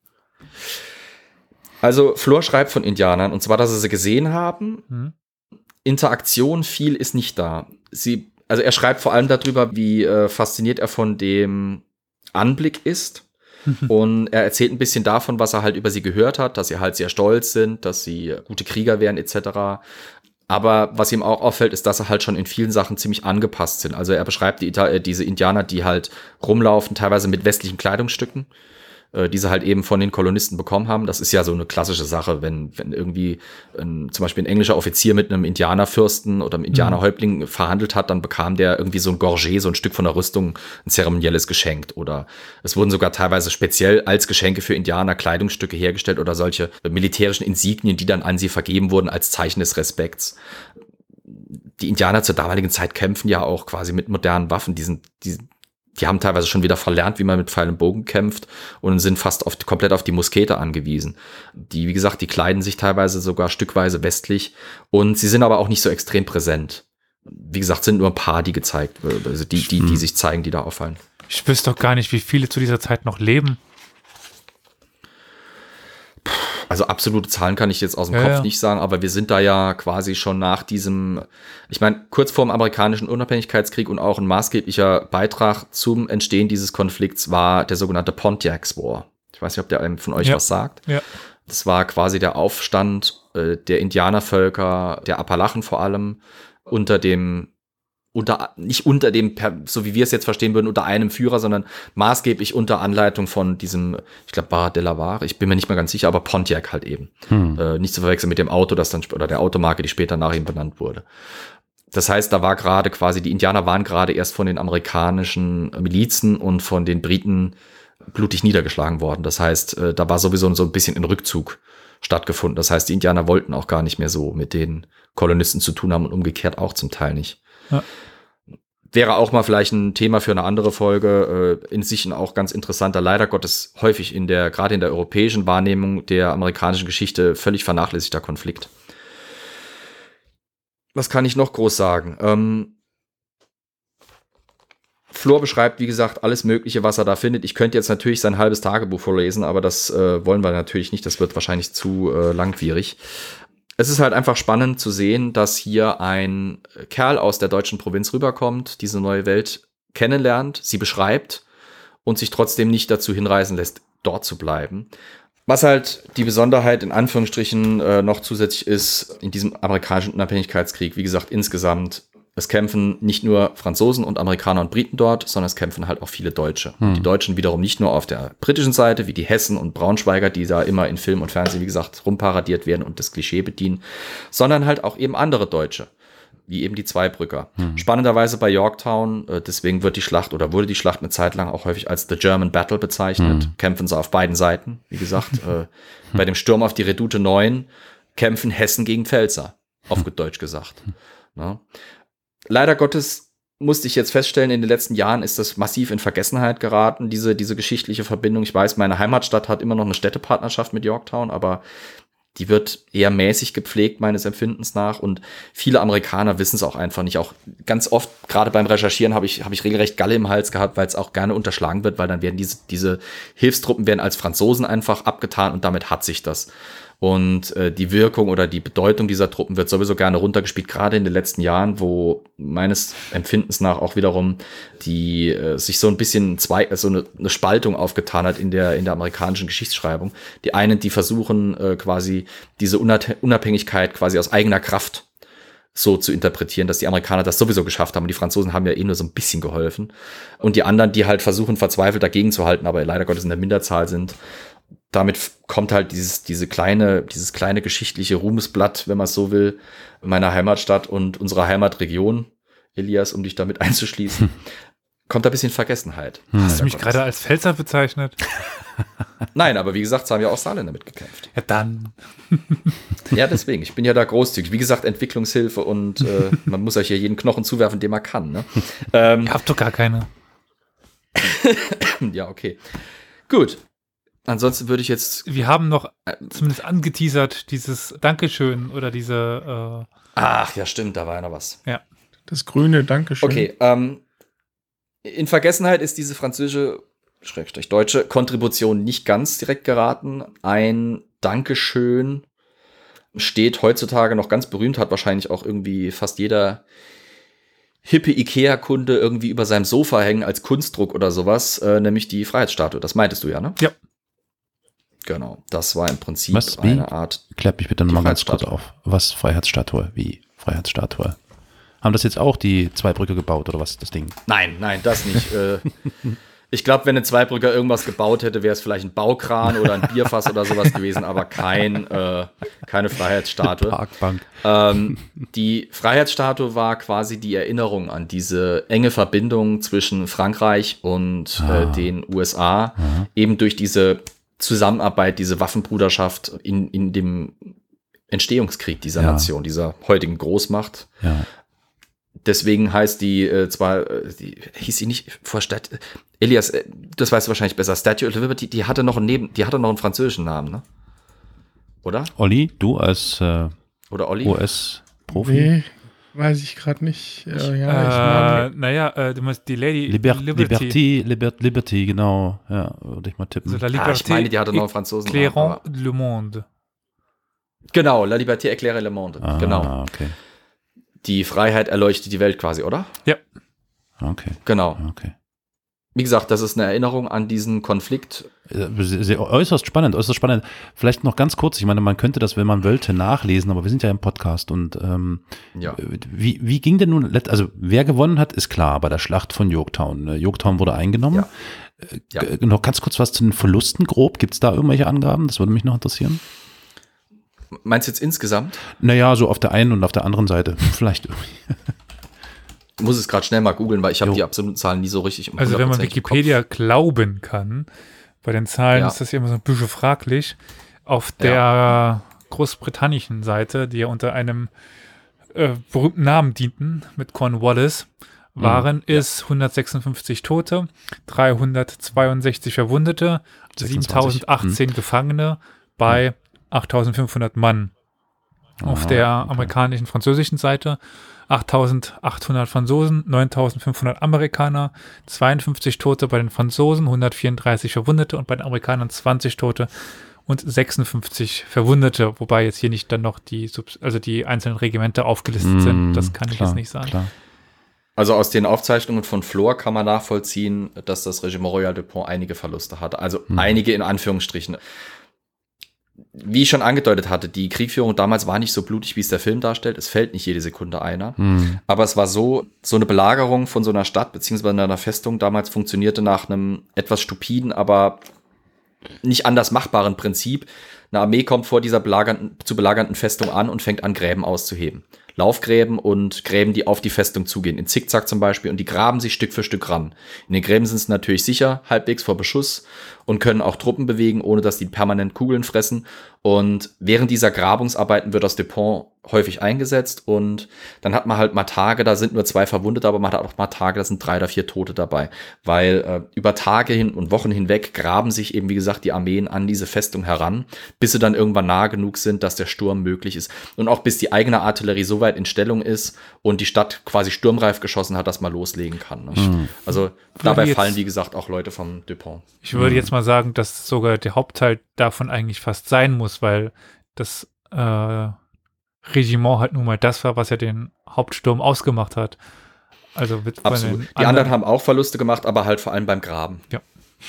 Also Flor schreibt von Indianern, und zwar, dass sie gesehen haben. Interaktion, viel ist nicht da. Also er schreibt vor allem darüber, wie fasziniert er von dem Anblick ist. Und er erzählt ein bisschen davon, was er halt über sie gehört hat, dass sie halt sehr stolz sind, dass sie gute Krieger wären etc. Aber was ihm auch auffällt, ist, dass sie halt schon in vielen Sachen ziemlich angepasst sind. Also er beschreibt diese Indianer, die halt rumlaufen, teilweise mit westlichen Kleidungsstücken, die sie halt eben von den Kolonisten bekommen haben. Das ist ja so eine klassische Sache, wenn irgendwie zum Beispiel ein englischer Offizier mit einem Indianerfürsten oder einem Indianerhäuptling verhandelt hat, dann bekam der irgendwie so ein Gorget, so ein Stück von der Rüstung, ein zeremonielles geschenkt. Oder es wurden sogar teilweise speziell als Geschenke für Indianer Kleidungsstücke hergestellt oder solche militärischen Insignien, die dann an sie vergeben wurden als Zeichen des Respekts. Die Indianer zur damaligen Zeit kämpfen ja auch quasi mit modernen Waffen. Die haben teilweise schon wieder verlernt, wie man mit Pfeil und Bogen kämpft und sind fast komplett auf die Muskete angewiesen. Wie gesagt, die kleiden sich teilweise sogar stückweise westlich und sie sind aber auch nicht so extrem präsent. Wie gesagt, sind nur ein paar, die gezeigt, also die sich zeigen, die da auffallen. Ich wüsste doch gar nicht, wie viele zu dieser Zeit noch leben. Also absolute Zahlen kann ich jetzt aus dem Kopf nicht sagen, aber wir sind da ja quasi schon nach diesem, ich meine, kurz vor dem amerikanischen Unabhängigkeitskrieg und auch ein maßgeblicher Beitrag zum Entstehen dieses Konflikts war der sogenannte Pontiac's War. Ich weiß nicht, ob der einem von euch was sagt. Ja. Das war quasi der Aufstand der Indianervölker, der Appalachen vor allem, nicht unter dem, so wie wir es jetzt verstehen würden, unter einem Führer, sondern maßgeblich unter Anleitung von diesem, ich glaube, Barra de la Vare, ich bin mir nicht mehr ganz sicher, aber Pontiac halt eben. Nicht zu verwechseln mit dem Auto, oder der Automarke, die später nach ihm benannt wurde. Das heißt, da war gerade quasi, die Indianer waren gerade erst von den amerikanischen Milizen und von den Briten blutig niedergeschlagen worden. Das heißt, da war sowieso so ein bisschen ein Rückzug stattgefunden. Das heißt, die Indianer wollten auch gar nicht mehr so mit den Kolonisten zu tun haben und umgekehrt auch zum Teil nicht. Ja. Wäre auch mal vielleicht ein Thema für eine andere Folge, in sich ein auch ganz interessanter, leider Gottes häufig gerade in der europäischen Wahrnehmung der amerikanischen Geschichte völlig vernachlässigter Konflikt. Was kann ich noch groß sagen? Flor beschreibt, wie gesagt, alles Mögliche, was er da findet. Ich könnte jetzt natürlich sein halbes Tagebuch vorlesen, aber das wollen wir natürlich nicht. Das wird wahrscheinlich zu langwierig. Es ist halt einfach spannend zu sehen, dass hier ein Kerl aus der deutschen Provinz rüberkommt, diese neue Welt kennenlernt, sie beschreibt und sich trotzdem nicht dazu hinreißen lässt, dort zu bleiben. Was halt die Besonderheit in Anführungsstrichen noch zusätzlich ist in diesem amerikanischen Unabhängigkeitskrieg, wie gesagt, insgesamt, es kämpfen nicht nur Franzosen und Amerikaner und Briten dort, sondern es kämpfen halt auch viele Deutsche. Und die Deutschen wiederum nicht nur auf der britischen Seite, wie die Hessen und Braunschweiger, die da immer in Film und Fernsehen, wie gesagt, rumparadiert werden und das Klischee bedienen, sondern halt auch eben andere Deutsche, wie eben die Zweibrücker. Spannenderweise bei Yorktown, deswegen wurde die Schlacht eine Zeit lang auch häufig als The German Battle bezeichnet. Kämpfen sie auf beiden Seiten, wie gesagt. Bei dem Sturm auf die Redoute 9 kämpfen Hessen gegen Pfälzer, auf gut Deutsch gesagt. Ja. Leider Gottes musste ich jetzt feststellen, in den letzten Jahren ist das massiv in Vergessenheit geraten, diese geschichtliche Verbindung. Ich weiß, meine Heimatstadt hat immer noch eine Städtepartnerschaft mit Yorktown, aber die wird eher mäßig gepflegt, meines Empfindens nach. Und viele Amerikaner wissen es auch einfach nicht. Auch ganz oft, gerade beim Recherchieren, habe ich regelrecht Galle im Hals gehabt, weil es auch gerne unterschlagen wird, weil dann werden diese Hilfstruppen werden als Franzosen einfach abgetan und damit hat sich das. Und die Wirkung oder die Bedeutung dieser Truppen wird sowieso gerne runtergespielt, gerade in den letzten Jahren, wo meines Empfindens nach auch wiederum die sich so ein bisschen eine Spaltung aufgetan hat in der amerikanischen Geschichtsschreibung. Die einen, die versuchen quasi diese Unabhängigkeit quasi aus eigener Kraft so zu interpretieren, dass die Amerikaner das sowieso geschafft haben und die Franzosen haben ja nur so ein bisschen geholfen. Und die anderen, die halt versuchen verzweifelt dagegen zu halten, aber leider Gottes in der Minderzahl sind. Damit kommt halt dieses kleine geschichtliche Ruhmesblatt, wenn man es so will, meiner Heimatstadt und unserer Heimatregion, Elias, um dich damit einzuschließen, kommt ein bisschen Vergessenheit. Hast du mich gerade als Pfälzer bezeichnet? Nein, aber wie gesagt, es haben ja auch Saarländer mitgekämpft. Ja, dann. Ja, deswegen. Ich bin ja da großzügig. Wie gesagt, Entwicklungshilfe und man muss euch ja jeden Knochen zuwerfen, den man kann. Ne? Ihr habt doch gar keine. Ja, okay. Gut. Ansonsten würde ich jetzt... Wir haben noch zumindest angeteasert, dieses Dankeschön oder diese... Ach, ja, stimmt, da war ja noch was. Ja. Das grüne Dankeschön. Okay, in Vergessenheit ist diese französische, / deutsche Kontribution nicht ganz direkt geraten. Ein Dankeschön steht heutzutage noch ganz berühmt, hat wahrscheinlich auch irgendwie fast jeder hippe Ikea-Kunde irgendwie über seinem Sofa hängen als Kunstdruck oder sowas, nämlich die Freiheitsstatue. Das meintest du ja, ne? Ja. Genau, das war im Prinzip Wie? eine Art... Klär mich bitte nochmal ganz kurz auf. Was Freiheitsstatue? Wie Freiheitsstatue? Haben das jetzt auch die Zweibrücker gebaut oder was ist das Ding? Nein, das nicht. Ich glaube, wenn eine Zweibrücker irgendwas gebaut hätte, wäre es vielleicht ein Baukran oder ein Bierfass oder sowas gewesen, aber keine Freiheitsstatue. Parkbank. Die Freiheitsstatue war quasi die Erinnerung an diese enge Verbindung zwischen Frankreich und den USA, eben durch diese Zusammenarbeit, diese Waffenbruderschaft in dem Entstehungskrieg dieser Nation, dieser heutigen Großmacht. Ja. Deswegen heißt die hieß sie nicht vor Elias, das weißt du wahrscheinlich besser, Statue of Liberty, die hatte noch einen französischen Namen, ne? Oder? Olli, du als Oder Olli? US-Profi? Nee, weiß ich gerade nicht. Du musst die Lady Liberty, genau. Ja, würde ich mal tippen. Also La Liberté, ich meine, die hatte noch einen Franzosen. Éclairant le monde. Genau, La Liberté éclaire le monde. Genau. Okay. Die Freiheit erleuchtet die Welt quasi, oder? Ja. Okay. Genau. Okay. Wie gesagt, das ist eine Erinnerung an diesen Konflikt. Äußerst spannend. Vielleicht noch ganz kurz, ich meine, man könnte das, wenn man wollte, nachlesen, aber wir sind ja im Podcast und wie ging denn nun, also wer gewonnen hat, ist klar, bei der Schlacht von Yorktown. Yorktown wurde eingenommen. Ja. Noch ganz kurz was zu den Verlusten grob. Gibt es da irgendwelche Angaben? Das würde mich noch interessieren. Meinst du jetzt insgesamt? Naja, so auf der einen und auf der anderen Seite. Vielleicht irgendwie. Ich muss es gerade schnell mal googeln, weil ich habe die absoluten Zahlen nie so richtig im Also wenn man Wikipedia glauben kann, bei den Zahlen ist das ja immer so ein bisschen fraglich. Auf der großbritannischen Seite, die ja unter einem berühmten Namen dienten, mit Cornwallis, waren es 156 Tote, 362 Verwundete, 7018 Gefangene bei 8500 Mann. Auf der amerikanischen, französischen Seite 8.800 Franzosen, 9.500 Amerikaner, 52 Tote bei den Franzosen, 134 Verwundete und bei den Amerikanern 20 Tote und 56 Verwundete, wobei jetzt hier nicht dann noch die einzelnen Regimenter aufgelistet sind. Das kann ich jetzt nicht sagen. Klar. Also aus den Aufzeichnungen von Flor kann man nachvollziehen, dass das Regiment Royal de Pont einige Verluste hatte. Also einige in Anführungsstrichen. Wie ich schon angedeutet hatte, die Kriegführung damals war nicht so blutig, wie es der Film darstellt. Es fällt nicht jede Sekunde einer. Aber es war so eine Belagerung von so einer Stadt beziehungsweise einer Festung damals funktionierte nach einem etwas stupiden, aber nicht anders machbaren Prinzip. Eine Armee kommt vor dieser zu belagernden Festung an und fängt an, Gräben auszuheben. Laufgräben und Gräben, die auf die Festung zugehen. In Zickzack zum Beispiel. Und die graben sich Stück für Stück ran. In den Gräben sind sie natürlich sicher, halbwegs vor Beschuss und können auch Truppen bewegen, ohne dass die permanent Kugeln fressen. Und während dieser Grabungsarbeiten wird das Dupont häufig eingesetzt. Und dann hat man halt mal Tage, da sind nur 2 Verwundete, aber man hat auch mal Tage, da sind 3 oder 4 Tote dabei. Weil über Tage hin und Wochen hinweg graben sich eben, wie gesagt, die Armeen an diese Festung heran, bis sie dann irgendwann nah genug sind, dass der Sturm möglich ist. Und auch bis die eigene Artillerie so weit in Stellung ist und die Stadt quasi sturmreif geschossen hat, dass man loslegen kann. Ne? Also dabei fallen, wie gesagt, auch Leute vom Dupont. Ich würde jetzt mal sagen, dass sogar der Hauptteil davon eigentlich fast sein muss, weil das Regiment halt nun mal das war, was ja den Hauptsturm ausgemacht hat. Also absolut. Die anderen haben auch Verluste gemacht, aber halt vor allem beim Graben. Ja.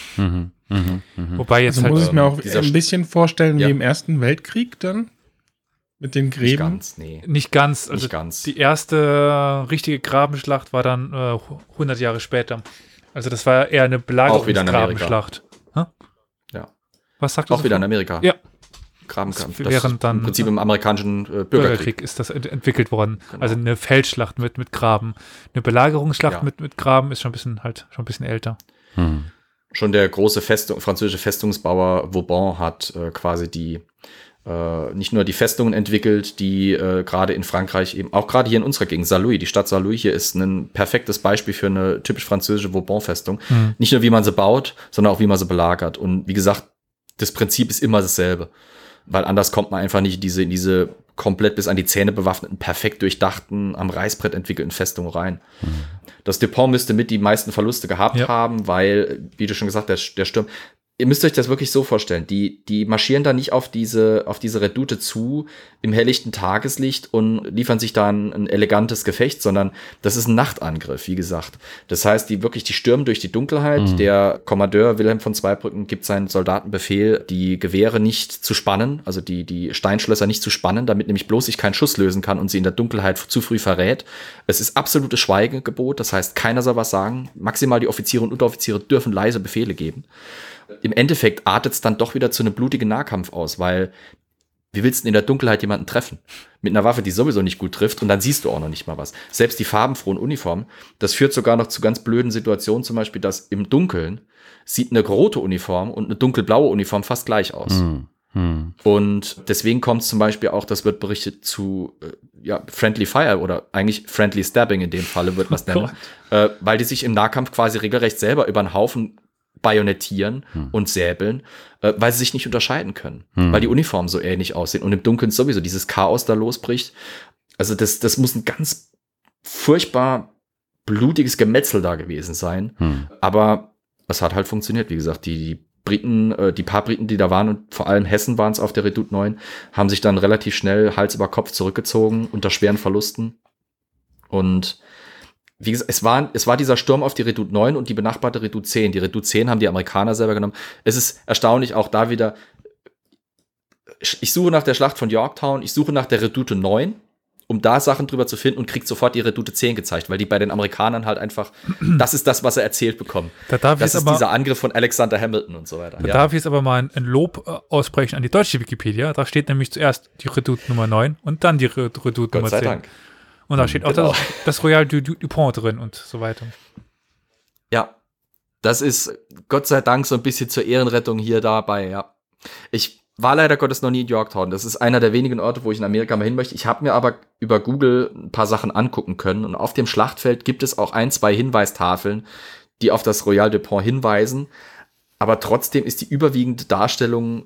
Wobei jetzt also halt muss ich mir auch ein bisschen vorstellen wie im Ersten Weltkrieg dann mit den Gräben. Nicht ganz, nee. Nicht ganz. Also nicht ganz. Die erste richtige Grabenschlacht war dann 100 Jahre später. Also das war eher eine Belagerungsgrabenschlacht. Ja. Was sagt du? Auch wieder in Amerika. Ja. Grabenkampf. Während dann im Prinzip im amerikanischen Bürgerkrieg ist das entwickelt worden. Genau. Also eine Feldschlacht mit Graben. Eine Belagerungsschlacht mit Graben ist schon ein bisschen älter. Schon der große französische Festungsbauer Vauban hat quasi nicht nur die Festungen entwickelt, die gerade in Frankreich eben, auch gerade hier in unserer Gegend, Saarlouis, die Stadt Saarlouis hier ist ein perfektes Beispiel für eine typisch französische Vauban-Festung. Nicht nur, wie man sie baut, sondern auch, wie man sie belagert. Und wie gesagt, das Prinzip ist immer dasselbe. Weil anders kommt man einfach nicht in diese komplett bis an die Zähne bewaffneten, perfekt durchdachten, am Reißbrett entwickelten Festungen rein. Das Dupont müsste mit die meisten Verluste gehabt haben, weil, wie du schon gesagt hast, der Sturm, ihr müsst euch das wirklich so vorstellen, die marschieren da nicht auf diese Redoute zu im helllichten Tageslicht und liefern sich da ein elegantes Gefecht, sondern das ist ein Nachtangriff, wie gesagt. Das heißt, die stürmen durch die Dunkelheit. Der Kommandeur Wilhelm von Zweibrücken gibt seinen Soldaten Befehl, die Gewehre nicht zu spannen, also die Steinschlösser nicht zu spannen, damit nämlich bloß sich kein Schuss lösen kann und sie in der Dunkelheit zu früh verrät. Es ist absolutes Schweigegebot, das heißt, keiner soll was sagen. Maximal die Offiziere und Unteroffiziere dürfen leise Befehle geben. Im Endeffekt artet es dann doch wieder zu einem blutigen Nahkampf aus, weil wie willst du in der Dunkelheit jemanden treffen? Mit einer Waffe, die sowieso nicht gut trifft und dann siehst du auch noch nicht mal was. Selbst die farbenfrohen Uniformen, das führt sogar noch zu ganz blöden Situationen, zum Beispiel, dass im Dunkeln sieht eine rote Uniform und eine dunkelblaue Uniform fast gleich aus. Und deswegen kommt es zum Beispiel auch, das wird berichtet, zu Friendly Fire oder eigentlich Friendly Stabbing in dem Falle wird man es nennen, weil die sich im Nahkampf quasi regelrecht selber über einen Haufen bajonettieren und säbeln, weil sie sich nicht unterscheiden können, weil die Uniformen so ähnlich aussehen und im Dunkeln sowieso dieses Chaos da losbricht. Also das muss ein ganz furchtbar blutiges Gemetzel da gewesen sein, aber es hat halt funktioniert, wie gesagt, die paar Briten, die da waren und vor allem Hessen waren es auf der Redoute 9, haben sich dann relativ schnell Hals über Kopf zurückgezogen unter schweren Verlusten und wie gesagt, es war dieser Sturm auf die Redoute 9 und die benachbarte Redoute 10. Die Redoute 10 haben die Amerikaner selber genommen. Es ist erstaunlich, auch da wieder, ich suche nach der Schlacht von Yorktown, ich suche nach der Redoute 9, um da Sachen drüber zu finden und kriegt sofort die Redoute 10 gezeigt, weil die bei den Amerikanern halt einfach, das ist das, was sie erzählt bekommen. Das ist dieser Angriff von Alexander Hamilton und so weiter. Da darf ich jetzt aber mal ein Lob aussprechen an die deutsche Wikipedia. Da steht nämlich zuerst die Redoute Nummer 9 und dann die Redoute Nummer 10. Gott sei Dank. Und da steht auch das Royal Dupont drin und so weiter. Ja, das ist Gott sei Dank so ein bisschen zur Ehrenrettung hier dabei, ja. Ich war leider Gottes noch nie in Yorktown. Das ist einer der wenigen Orte, wo ich in Amerika mal hin möchte. Ich habe mir aber über Google ein paar Sachen angucken können. Und auf dem Schlachtfeld gibt es auch 1-2 Hinweistafeln, die auf das Royal Dupont hinweisen. Aber trotzdem ist die überwiegende Darstellung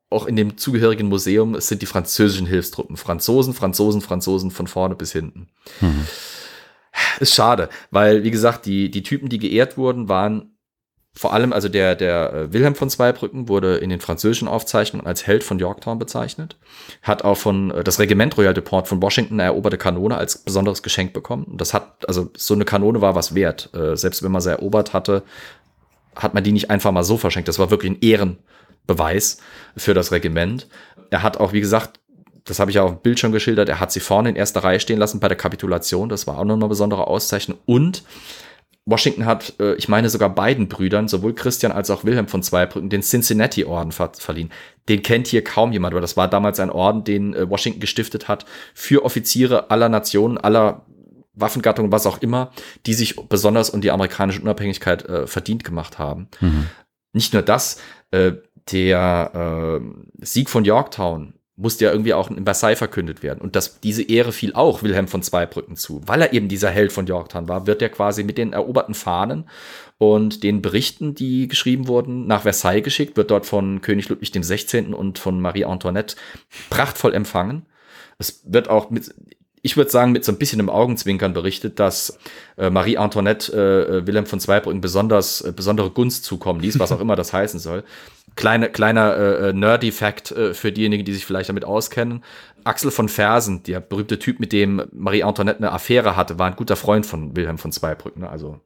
auch in dem zugehörigen Museum, es sind die französischen Hilfstruppen. Franzosen von vorne bis hinten. Ist schade, weil, wie gesagt, die Typen, die geehrt wurden, waren vor allem, also der Wilhelm von Zweibrücken wurde in den französischen Aufzeichnungen als Held von Yorktown bezeichnet, hat auch von das Regiment Royal de Port von Washington eine eroberte Kanone als besonderes Geschenk bekommen. Und das hat, also so eine Kanone war was wert. Selbst wenn man sie erobert hatte, hat man die nicht einfach mal so verschenkt. Das war wirklich ein Ehrenbeweis für das Regiment. Er hat auch, wie gesagt, das habe ich ja auf dem Bild schon geschildert, er hat sie vorne in erster Reihe stehen lassen bei der Kapitulation. Das war auch noch eine besondere Auszeichnung. Und Washington hat, ich meine sogar beiden Brüdern, sowohl Christian als auch Wilhelm von Zweibrücken, den Cincinnati-Orden verliehen. Den kennt hier kaum jemand, aber das war damals ein Orden, den Washington gestiftet hat für Offiziere aller Nationen, aller Waffengattungen, was auch immer, die sich besonders um die amerikanische Unabhängigkeit verdient gemacht haben. Nicht nur das, der Sieg von Yorktown musste ja irgendwie auch in Versailles verkündet werden. Und diese Ehre fiel auch Wilhelm von Zweibrücken zu. Weil er eben dieser Held von Yorktown war, wird er quasi mit den eroberten Fahnen und den Berichten, die geschrieben wurden, nach Versailles geschickt, wird dort von König Ludwig XVI. Und von Marie Antoinette prachtvoll empfangen. Es wird auch ich würde sagen, mit so ein bisschen im Augenzwinkern berichtet, dass Marie Antoinette Wilhelm von Zweibrücken besondere Gunst zukommen ließ, was auch immer das heißen soll. Kleiner nerdy Fact für diejenigen, die sich vielleicht damit auskennen. Axel von Fersen, der berühmte Typ, mit dem Marie Antoinette eine Affäre hatte, war ein guter Freund von Wilhelm von Zweibrücken. Also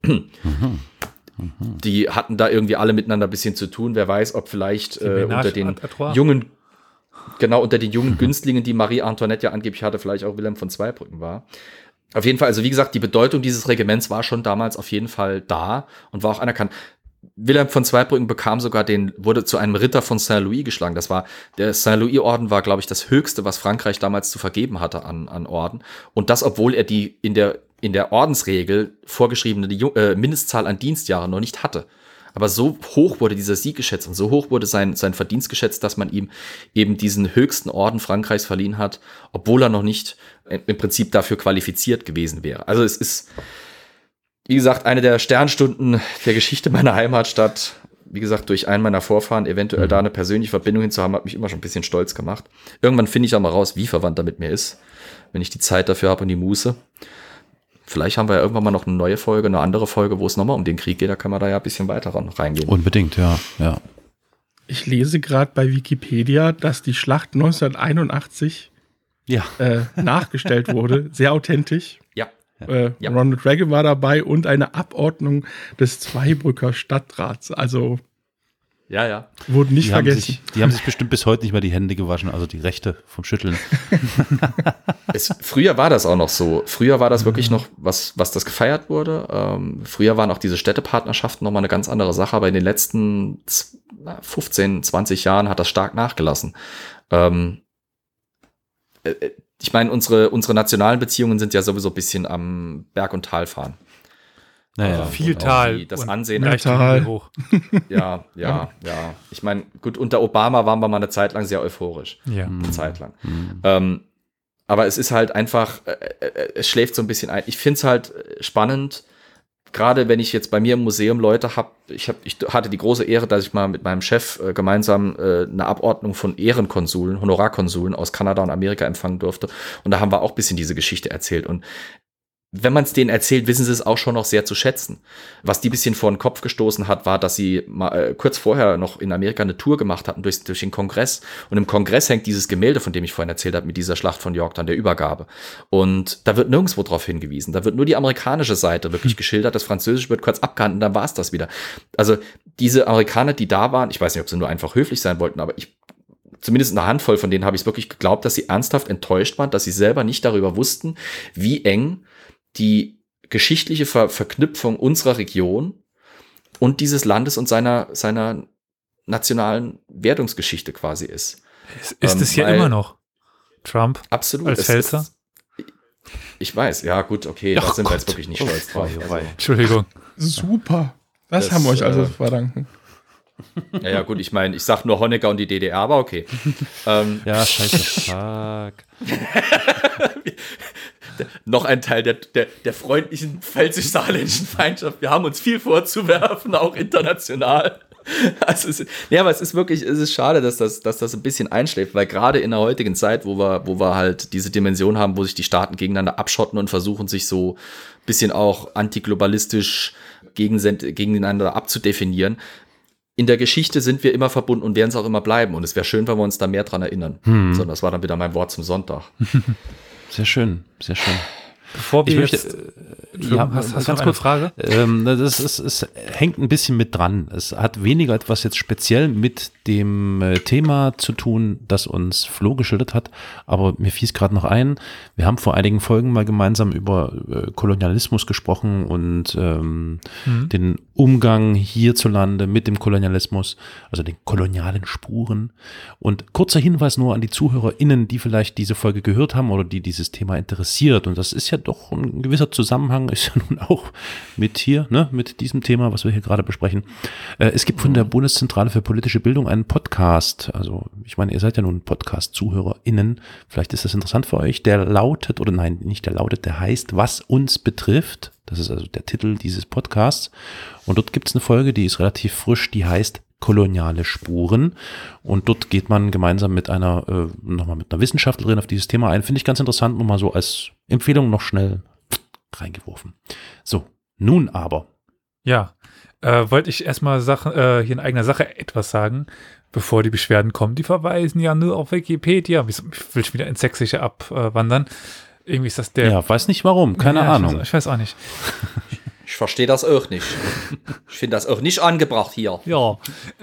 die hatten da irgendwie alle miteinander ein bisschen zu tun. Wer weiß, ob vielleicht unter den jungen Günstlingen, die Marie Antoinette ja angeblich hatte, vielleicht auch Wilhelm von Zweibrücken war. Auf jeden Fall, also wie gesagt, die Bedeutung dieses Regiments war schon damals auf jeden Fall da und war auch anerkannt. Wilhelm von Zweibrücken wurde zu einem Ritter von Saint-Louis geschlagen. Der Saint-Louis-Orden war, glaube ich, das höchste, was Frankreich damals zu vergeben hatte an Orden. Und das, obwohl er die in der Ordensregel vorgeschriebene Mindestzahl an Dienstjahren noch nicht hatte. Aber so hoch wurde dieser Sieg geschätzt und so hoch wurde sein Verdienst geschätzt, dass man ihm eben diesen höchsten Orden Frankreichs verliehen hat, obwohl er noch nicht im Prinzip dafür qualifiziert gewesen wäre. Also es ist, wie gesagt, eine der Sternstunden der Geschichte meiner Heimatstadt. Wie gesagt, durch einen meiner Vorfahren eventuell da eine persönliche Verbindung hinzuhaben, hat mich immer schon ein bisschen stolz gemacht. Irgendwann finde ich auch mal raus, wie verwandt er mit mir ist, wenn ich die Zeit dafür habe und die Muße. Vielleicht haben wir ja irgendwann mal noch eine neue Folge, eine andere Folge, wo es nochmal um den Krieg geht. Da kann man da ja ein bisschen weiter reingehen. Unbedingt, ja. Ich lese gerade bei Wikipedia, dass die Schlacht 1981 nachgestellt wurde. Sehr authentisch. Ja. Ronald Reagan war dabei und eine Abordnung des Zweibrücker Stadtrats. Also wurde nicht vergessen. Die haben sich bestimmt bis heute nicht mehr die Hände gewaschen, also die Rechte vom Schütteln. Früher war das auch noch so. Früher war das wirklich noch, was das gefeiert wurde. Früher waren auch diese Städtepartnerschaften nochmal eine ganz andere Sache, aber in den letzten 15, 20 Jahren hat das stark nachgelassen. Ich meine, unsere nationalen Beziehungen sind ja sowieso ein bisschen am Berg- und Talfahren. Naja, viel Tal. Das Ansehen Tal hoch. Ja. Ich meine, gut, unter Obama waren wir mal eine Zeit lang sehr euphorisch. Ja. Eine Zeit lang. Aber es ist halt einfach, es schläft so ein bisschen ein. Ich finde es halt spannend, gerade wenn ich jetzt bei mir im Museum Leute habe. Ich hatte die große Ehre, dass ich mal mit meinem Chef gemeinsam eine Abordnung von Ehrenkonsuln, Honorarkonsuln aus Kanada und Amerika empfangen durfte. Und da haben wir auch ein bisschen diese Geschichte erzählt. Und wenn man es denen erzählt, wissen sie es auch schon noch sehr zu schätzen. Was die ein bisschen vor den Kopf gestoßen hat, war, dass sie mal, kurz vorher noch in Amerika eine Tour gemacht hatten durch den Kongress. Und im Kongress hängt dieses Gemälde, von dem ich vorhin erzählt habe, mit dieser Schlacht von Yorktown, der Übergabe. Und da wird nirgendwo drauf hingewiesen. Da wird nur die amerikanische Seite wirklich geschildert. Das Französische wird kurz abgehandelt und dann war es das wieder. Also diese Amerikaner, die da waren, ich weiß nicht, ob sie nur einfach höflich sein wollten, aber zumindest eine Handvoll von denen habe ich es wirklich geglaubt, dass sie ernsthaft enttäuscht waren, dass sie selber nicht darüber wussten, wie eng die geschichtliche Verknüpfung unserer Region und dieses Landes und seiner nationalen Wertungsgeschichte quasi ist. Ist es ja immer noch. Trump absolut, als Pfälzer? Ich weiß, ja gut, okay, da sind wir jetzt wirklich nicht stolz drauf. Also, Entschuldigung. Super, das haben wir euch also zu verdanken. Ja, gut, ich meine, ich sag nur Honecker und die DDR, aber okay. Ja, scheiße, fuck. Noch ein Teil der freundlichen pfälzisch-saarländischen Feindschaft. Wir haben uns viel vorzuwerfen, auch international. Aber es ist wirklich, es ist schade, dass das ein bisschen einschläft, weil gerade in der heutigen Zeit, wo wir halt diese Dimension haben, wo sich die Staaten gegeneinander abschotten und versuchen, sich so ein bisschen auch antiglobalistisch gegeneinander abzudefinieren. In der Geschichte sind wir immer verbunden und werden es auch immer bleiben. Und es wäre schön, wenn wir uns da mehr dran erinnern. So, das war dann wieder mein Wort zum Sonntag. Sehr schön, sehr schön. Bevor wir hast du noch eine Frage? Es hängt ein bisschen mit dran. Es hat weniger etwas jetzt speziell mit dem Thema zu tun, das uns Flo geschildert hat, aber mir fiel es gerade noch ein, wir haben vor einigen Folgen mal gemeinsam über Kolonialismus gesprochen und den Umgang hierzulande mit dem Kolonialismus, also den kolonialen Spuren. Und kurzer Hinweis nur an die ZuhörerInnen, die vielleicht diese Folge gehört haben oder die dieses Thema interessiert. Und das ist ja doch ein gewisser Zusammenhang, ist ja nun auch mit hier, ne, mit diesem Thema, was wir hier gerade besprechen. Es gibt von der Bundeszentrale für politische Bildung einen Podcast. Also ich meine, ihr seid ja nun Podcast-ZuhörerInnen. Vielleicht ist das interessant für euch. Der lautet, oder nein, nicht der lautet, der heißt Was uns betrifft. Das ist also der Titel dieses Podcasts. Und dort gibt es eine Folge, die ist relativ frisch, die heißt Koloniale Spuren. Und dort geht man gemeinsam mit nochmal mit einer Wissenschaftlerin auf dieses Thema ein. Finde ich ganz interessant, nochmal so als Empfehlung noch schnell reingeworfen. So, nun aber. Ja, wollte ich erstmal hier in eigener Sache etwas sagen, bevor die Beschwerden kommen. Die verweisen ja nur auf Wikipedia. Ich will schon wieder ins Sächsische abwandern. Irgendwie ist das der... Ja, weiß nicht warum, keine Ahnung. Ich weiß auch nicht. Ich verstehe das auch nicht. Ich finde das auch nicht angebracht hier. Ja,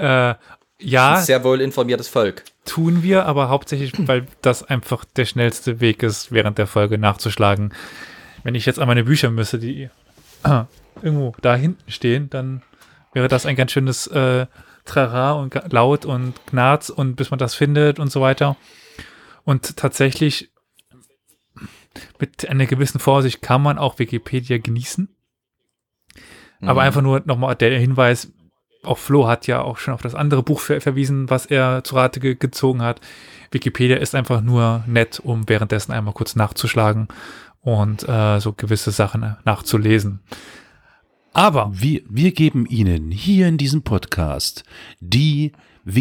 Ein sehr wohl informiertes Volk. Tun wir, aber hauptsächlich, weil das einfach der schnellste Weg ist, während der Folge nachzuschlagen. Wenn ich jetzt an meine Bücher müsste, die irgendwo da hinten stehen, dann wäre das ein ganz schönes Trara und Laut und Knarz und bis man das findet und so weiter. Und tatsächlich mit einer gewissen Vorsicht kann man auch Wikipedia genießen. Aber einfach nur nochmal der Hinweis, auch Flo hat ja auch schon auf das andere Buch verwiesen, was er zu Rate gezogen hat. Wikipedia ist einfach nur nett, um währenddessen einmal kurz nachzuschlagen und so gewisse Sachen nachzulesen. Aber wir geben Ihnen hier in diesem Podcast die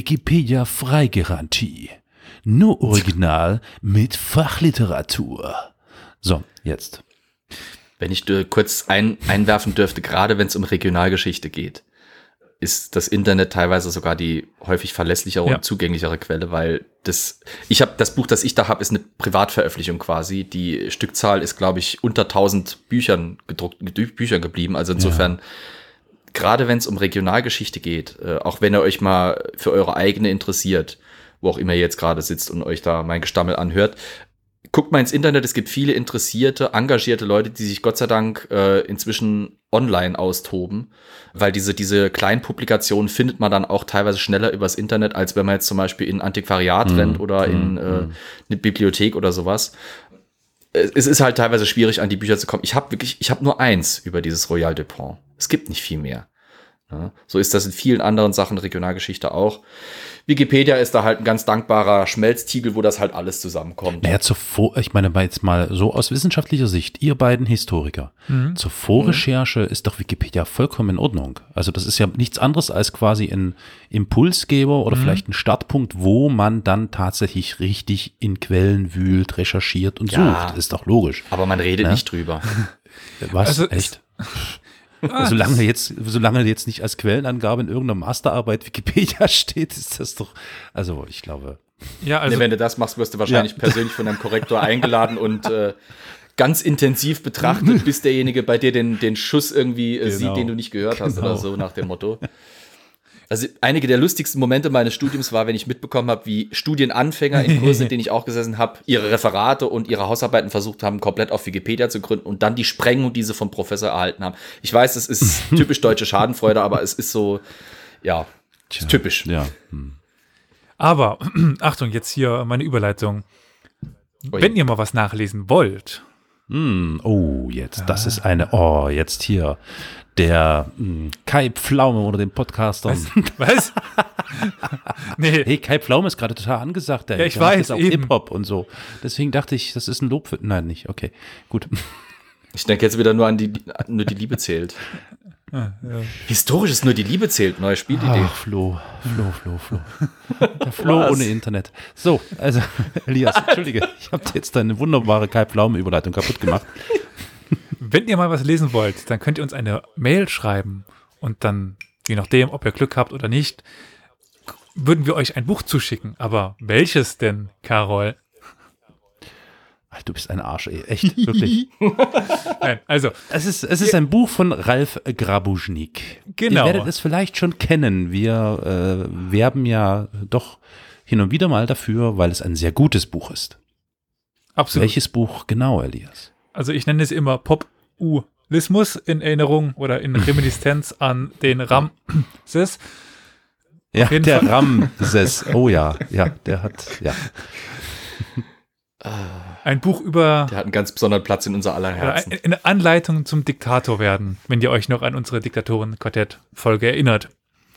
Wikipedia-Freigarantie. Nur original mit Fachliteratur. So, jetzt. Wenn ich kurz einwerfen dürfte, gerade wenn es um Regionalgeschichte geht, ist das Internet teilweise sogar die häufig verlässlichere und zugänglichere Quelle, weil das Buch, das ich da habe, ist eine Privatveröffentlichung quasi. Die Stückzahl ist, glaube ich, unter 1000 Büchern geblieben. Also insofern, gerade wenn es um Regionalgeschichte geht, auch wenn ihr euch mal für eure eigene interessiert, wo auch immer ihr jetzt gerade sitzt und euch da mein Gestammel anhört, guckt mal ins Internet, es gibt viele interessierte, engagierte Leute, die sich Gott sei Dank inzwischen online austoben, weil diese kleinen Publikationen findet man dann auch teilweise schneller übers Internet, als wenn man jetzt zum Beispiel in ein Antiquariat rennt oder in eine Bibliothek oder sowas. Es ist halt teilweise schwierig, an die Bücher zu kommen. Ich habe nur eins über dieses Royal de Pont. Es gibt nicht viel mehr. Ja, so ist das in vielen anderen Sachen, Regionalgeschichte auch. Wikipedia ist da halt ein ganz dankbarer Schmelztiegel, wo das halt alles zusammenkommt. Naja, ich meine, jetzt mal so aus wissenschaftlicher Sicht, ihr beiden Historiker, zur Vorrecherche ist doch Wikipedia vollkommen in Ordnung. Also das ist ja nichts anderes als quasi ein Impulsgeber oder vielleicht ein Startpunkt, wo man dann tatsächlich richtig in Quellen wühlt, recherchiert und sucht. Das ist doch logisch. Aber man redet nicht drüber. Was? Also, echt? Solange jetzt nicht als Quellenangabe in irgendeiner Masterarbeit Wikipedia steht, ist das doch, also ich glaube. Ja, also wenn du das machst, wirst du wahrscheinlich persönlich von deinem Korrektor eingeladen und ganz intensiv betrachtet, bis derjenige bei dir den Schuss irgendwie sieht, den du nicht gehört hast oder so, nach dem Motto. Also einige der lustigsten Momente meines Studiums war, wenn ich mitbekommen habe, wie Studienanfänger in Kursen, in denen ich auch gesessen habe, ihre Referate und ihre Hausarbeiten versucht haben, komplett auf Wikipedia zu gründen und dann die Sprengung, die sie vom Professor erhalten haben. Ich weiß, es ist typisch deutsche Schadenfreude, aber es ist so, ist typisch. Ja. Aber, Achtung, jetzt hier meine Überleitung. Wenn ihr mal was nachlesen wollt. Das ist jetzt hier der Kai Pflaume unter den Podcastern. Was? Nee. Hey, Kai Pflaume ist gerade total angesagt. Ja, ich weiß, auch Hip-Hop und so. Deswegen dachte ich, das ist ein Lob für... Nein, nicht. Okay, gut. Ich denke jetzt wieder nur an nur die Liebe zählt. Historisch ist nur die Liebe zählt, neue Spielidee. Ach, Flo. Der Flo ohne Internet. So, also, Elias, entschuldige, ich habe jetzt deine wunderbare Kai-Pflaume-Überleitung kaputt gemacht. Wenn ihr mal was lesen wollt, dann könnt ihr uns eine Mail schreiben und dann, je nachdem, ob ihr Glück habt oder nicht, würden wir euch ein Buch zuschicken. Aber welches denn, Carol? Ach, du bist ein Arsch, ey. Echt, wirklich. Nein, also. Es ist ein Buch von Ralf Grabuschnik. Genau. Ihr werdet es vielleicht schon kennen. Wir werben ja doch hin und wieder mal dafür, weil es ein sehr gutes Buch ist. Absolut. Welches Buch genau, Elias? Also ich nenne es immer Populismus in Erinnerung oder in Reminiszenz an den Ramses. Ja, Auf jeden der Fall. Ramses. Oh ja, der hat, ja. Ein Buch über Der hat einen ganz besonderen Platz in unser aller Herzen. eine Anleitung zum Diktator werden, wenn ihr euch noch an unsere Diktatoren-Quartett-Folge erinnert.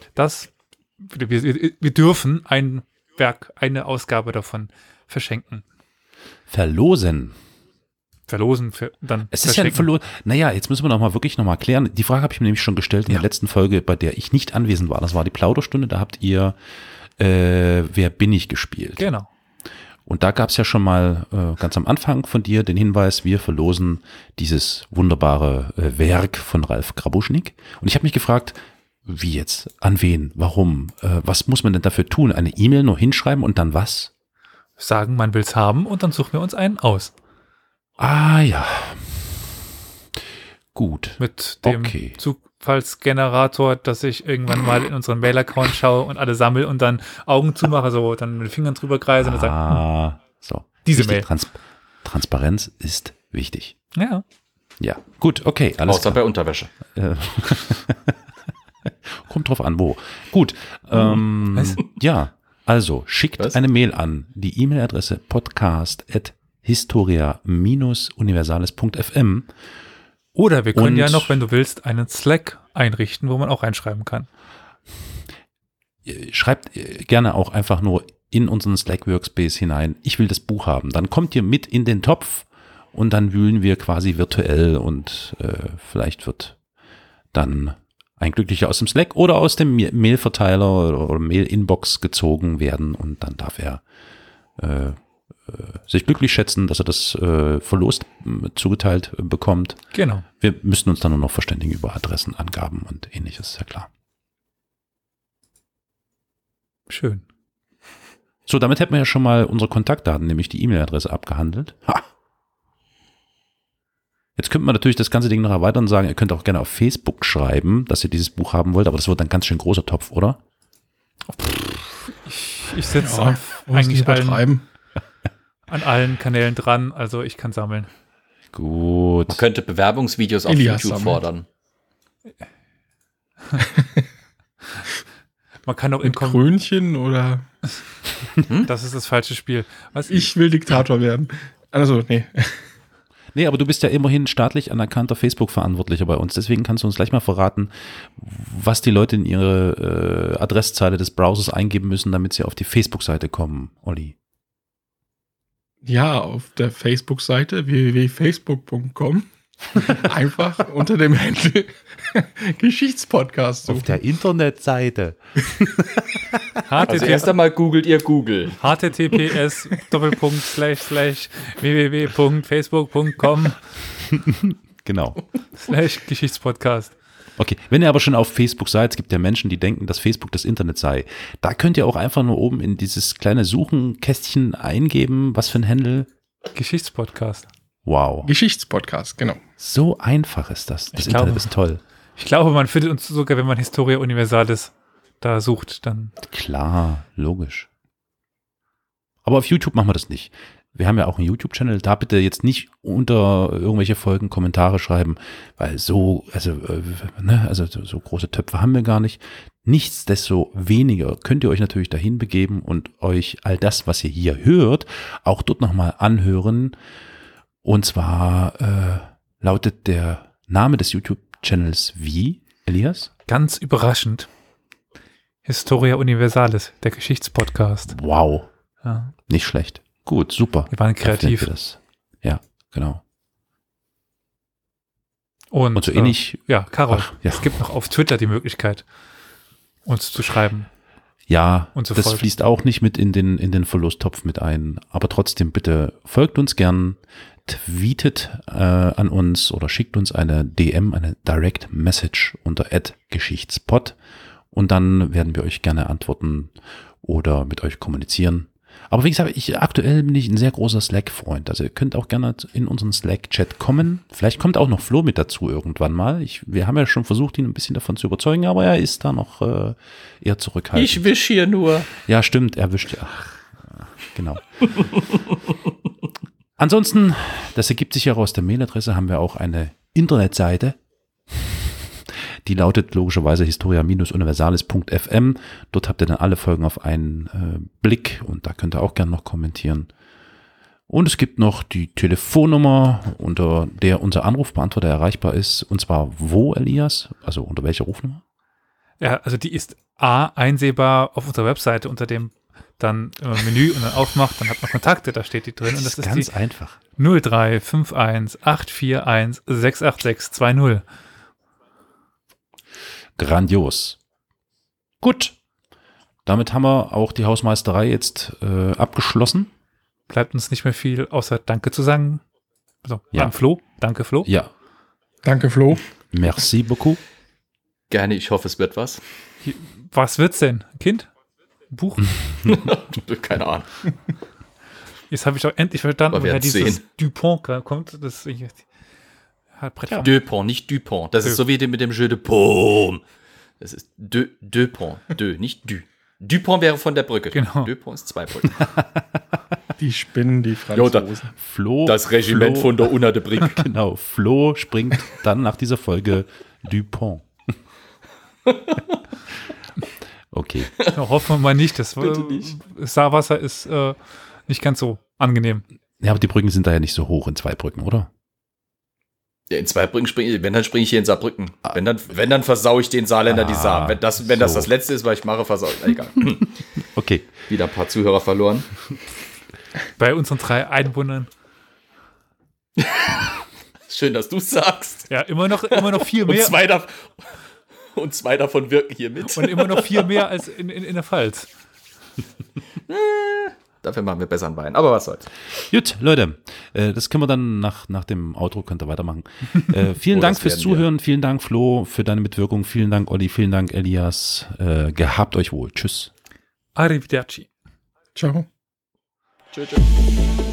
Wir dürfen ein Werk, eine Ausgabe davon verschenken. Verlosen. Verlosen, dann Es ist ja ein verschenken. Naja, jetzt müssen wir noch mal wirklich noch mal klären. Die Frage habe ich mir nämlich schon gestellt in der letzten Folge, bei der ich nicht anwesend war. Das war die Plauderstunde, da habt ihr Wer bin ich gespielt. Genau. Und da gab es ja schon mal ganz am Anfang von dir den Hinweis, wir verlosen dieses wunderbare Werk von Ralf Grabuschnik. Und ich habe mich gefragt, wie jetzt? An wen? Warum? Was muss man denn dafür tun? Eine E-Mail nur hinschreiben und dann was? Sagen, man will es haben und dann suchen wir uns einen aus. Ah ja. Gut. Mit dem Okay. Zufallsgenerator, dass ich irgendwann mal in unseren Mail-Account schaue und alle sammle und dann Augen zumache, so dann mit den Fingern drüber kreise und dann sage, So. Diese Wichtig, Mail. Transparenz ist wichtig. ja. Ja, gut, okay, alles Außer bei klar. Unterwäsche. Kommt drauf an, wo. Gut, Was? ja, also schickt Was? eine Mail an die E-Mail-Adresse podcast@historia-universales.fm. Oder wir können Und- ja noch, wenn du willst, einen Slack einrichten, wo man auch reinschreiben kann. Schreibt gerne auch einfach nur in unseren Slack-Workspace hinein, ich will das Buch haben. Dann kommt ihr mit in den Topf und dann wühlen wir quasi virtuell und vielleicht wird dann ein Glücklicher aus dem Slack oder aus dem Mailverteiler oder Mail-Inbox gezogen werden und dann darf er sich glücklich schätzen, dass er das verlost zugeteilt bekommt. Genau. Wir müssen uns dann nur noch verständigen über Adressenangaben und ähnliches, ist ja klar. Schön. So, damit hätten wir ja schon mal unsere Kontaktdaten, nämlich die E-Mail-Adresse abgehandelt. Ha! Jetzt könnte man natürlich das ganze Ding noch erweitern und sagen, ihr könnt auch gerne auf Facebook schreiben, dass ihr dieses Buch haben wollt, aber das wird dann ganz schön großer Topf, oder? Ich sitze Ja, eigentlich übertreiben. an allen Kanälen dran, also ich kann sammeln. Gut. Man könnte Bewerbungsvideos auf Elias YouTube sammelt. fordern. Man kann auch Mit Krönchen oder das ist das falsche Spiel. Was? ich will Diktator werden. Also, nee. Nee, aber du bist ja immerhin staatlich anerkannter Facebook-Verantwortlicher bei uns. Deswegen kannst du uns gleich mal verraten, was die Leute in ihre Adresszeile des Browsers eingeben müssen, damit sie auf die Facebook-Seite kommen, Olli. Ja, auf der Facebook-Seite www.facebook.com einfach unter dem Handle Geschichtspodcast suchen. der Internetseite. Also erst einmal googelt ihr Google. https://www.facebook.com/Geschichtspodcast. Genau. Okay, wenn ihr aber schon auf Facebook seid, es gibt ja Menschen, die denken, dass Facebook das Internet sei. Da könnt ihr auch einfach nur oben in dieses kleine Suchenkästchen eingeben, was für ein Handle. Geschichtspodcast. Wow. Geschichtspodcast, genau. So einfach ist das. Das Ich glaube- Internet ist toll. Ich glaube, man findet uns sogar, wenn man Historia Universalis da sucht, dann. Klar, logisch. Aber auf YouTube machen wir das nicht. Wir haben ja auch einen YouTube-Channel, da bitte jetzt nicht unter irgendwelche Folgen Kommentare schreiben, weil so große Töpfe haben wir gar nicht. Nichtsdestoweniger könnt ihr euch natürlich dahin begeben und euch all das, was ihr hier hört, auch dort nochmal anhören. Und zwar lautet der Name des YouTube-Channels wie, Elias? Ganz überraschend. Historia Universalis, der Geschichtspodcast. Wow, Ja. nicht schlecht. Gut, super. Wir waren Da finden kreativ. wir das. Ja, genau. Und so ähnlich. Ja, Carol, ja. Es gibt noch auf Twitter die Möglichkeit, uns zu schreiben. Ja, und so das folgt. Fließt auch nicht mit in den Verlusttopf mit ein. Aber trotzdem bitte folgt uns gern, tweetet an uns oder schickt uns eine DM, eine Direct Message unter @geschichtspod und dann werden wir euch gerne antworten oder mit euch kommunizieren. Aber wie gesagt, aktuell bin ich ein sehr großer Slack-Freund. Also ihr könnt auch gerne in unseren Slack-Chat kommen. Vielleicht kommt auch noch Flo mit dazu irgendwann mal. Wir haben ja schon versucht, ihn ein bisschen davon zu überzeugen, aber er ist da noch eher zurückhaltend. Ich wisch hier nur. Ja, stimmt, er wischt ja. Ach, genau. Ansonsten, das ergibt sich ja aus der Mailadresse, haben wir auch eine Internetseite. Die lautet logischerweise historia-universalis.fm. Dort habt ihr dann alle Folgen auf einen Blick und da könnt ihr auch gerne noch kommentieren. Und es gibt noch die Telefonnummer, unter der unser Anrufbeantworter erreichbar ist. Und zwar wo, Elias? Also unter welcher Rufnummer? Ja, also die ist einsehbar auf unserer Webseite unter dem dann Menü und dann aufmacht, dann hat man Kontakte, da steht die drin. Und das ist ganz die einfach. 0351 841 68620. Grandios. Gut. Damit haben wir auch die Hausmeisterei jetzt abgeschlossen. Bleibt uns nicht mehr viel, außer Danke zu sagen. Also, ja. An Flo. Danke, Flo. Ja. Danke, Flo. Merci beaucoup. Gerne, ich hoffe, es wird was. Was wird's denn? Ein Kind? Ein Buch? Keine Ahnung. Jetzt habe ich doch endlich verstanden, woher dieses Dupont kommt. Das Dupont, nicht Dupont. Das ist so wie mit dem Jeu de Paume. Das ist Dupont. Nicht Du. Dupont wäre von der Brücke. Genau. Dupont ist 2 Brücken. Die Spinnen, die Franzosen. Flo, das Regiment von der Unna de Brick. Genau, Flo springt dann nach dieser Folge Dupont. Okay. Ja, hoffen wir mal nicht. Das nicht. Saarwasser ist nicht ganz so angenehm. Ja, aber die Brücken sind da ja nicht so hoch in 2 Brücken, oder? Ja, in 2 Brücken springe ich, dann springe ich hier in Saarbrücken. Wenn dann versau ich den Saarländer die Saar. Wenn das das Letzte ist, was ich mache, versau ich. Egal. Okay. Wieder ein paar Zuhörer verloren. Bei unseren 3 Einwohnern. Schön, dass du es sagst. Ja, immer noch viel mehr. Und 2 davon wirken hier mit. Und immer noch viel mehr als in der Pfalz. Dafür machen wir besser einen Wein. Aber was soll's. Gut, Leute, das können wir dann nach dem Outro, könnt ihr weitermachen. Vielen Dank fürs Zuhören, vielen Dank Flo für deine Mitwirkung, vielen Dank Olli, vielen Dank Elias. Gehabt euch wohl. Tschüss. Arrivederci. Ciao. Tschüss.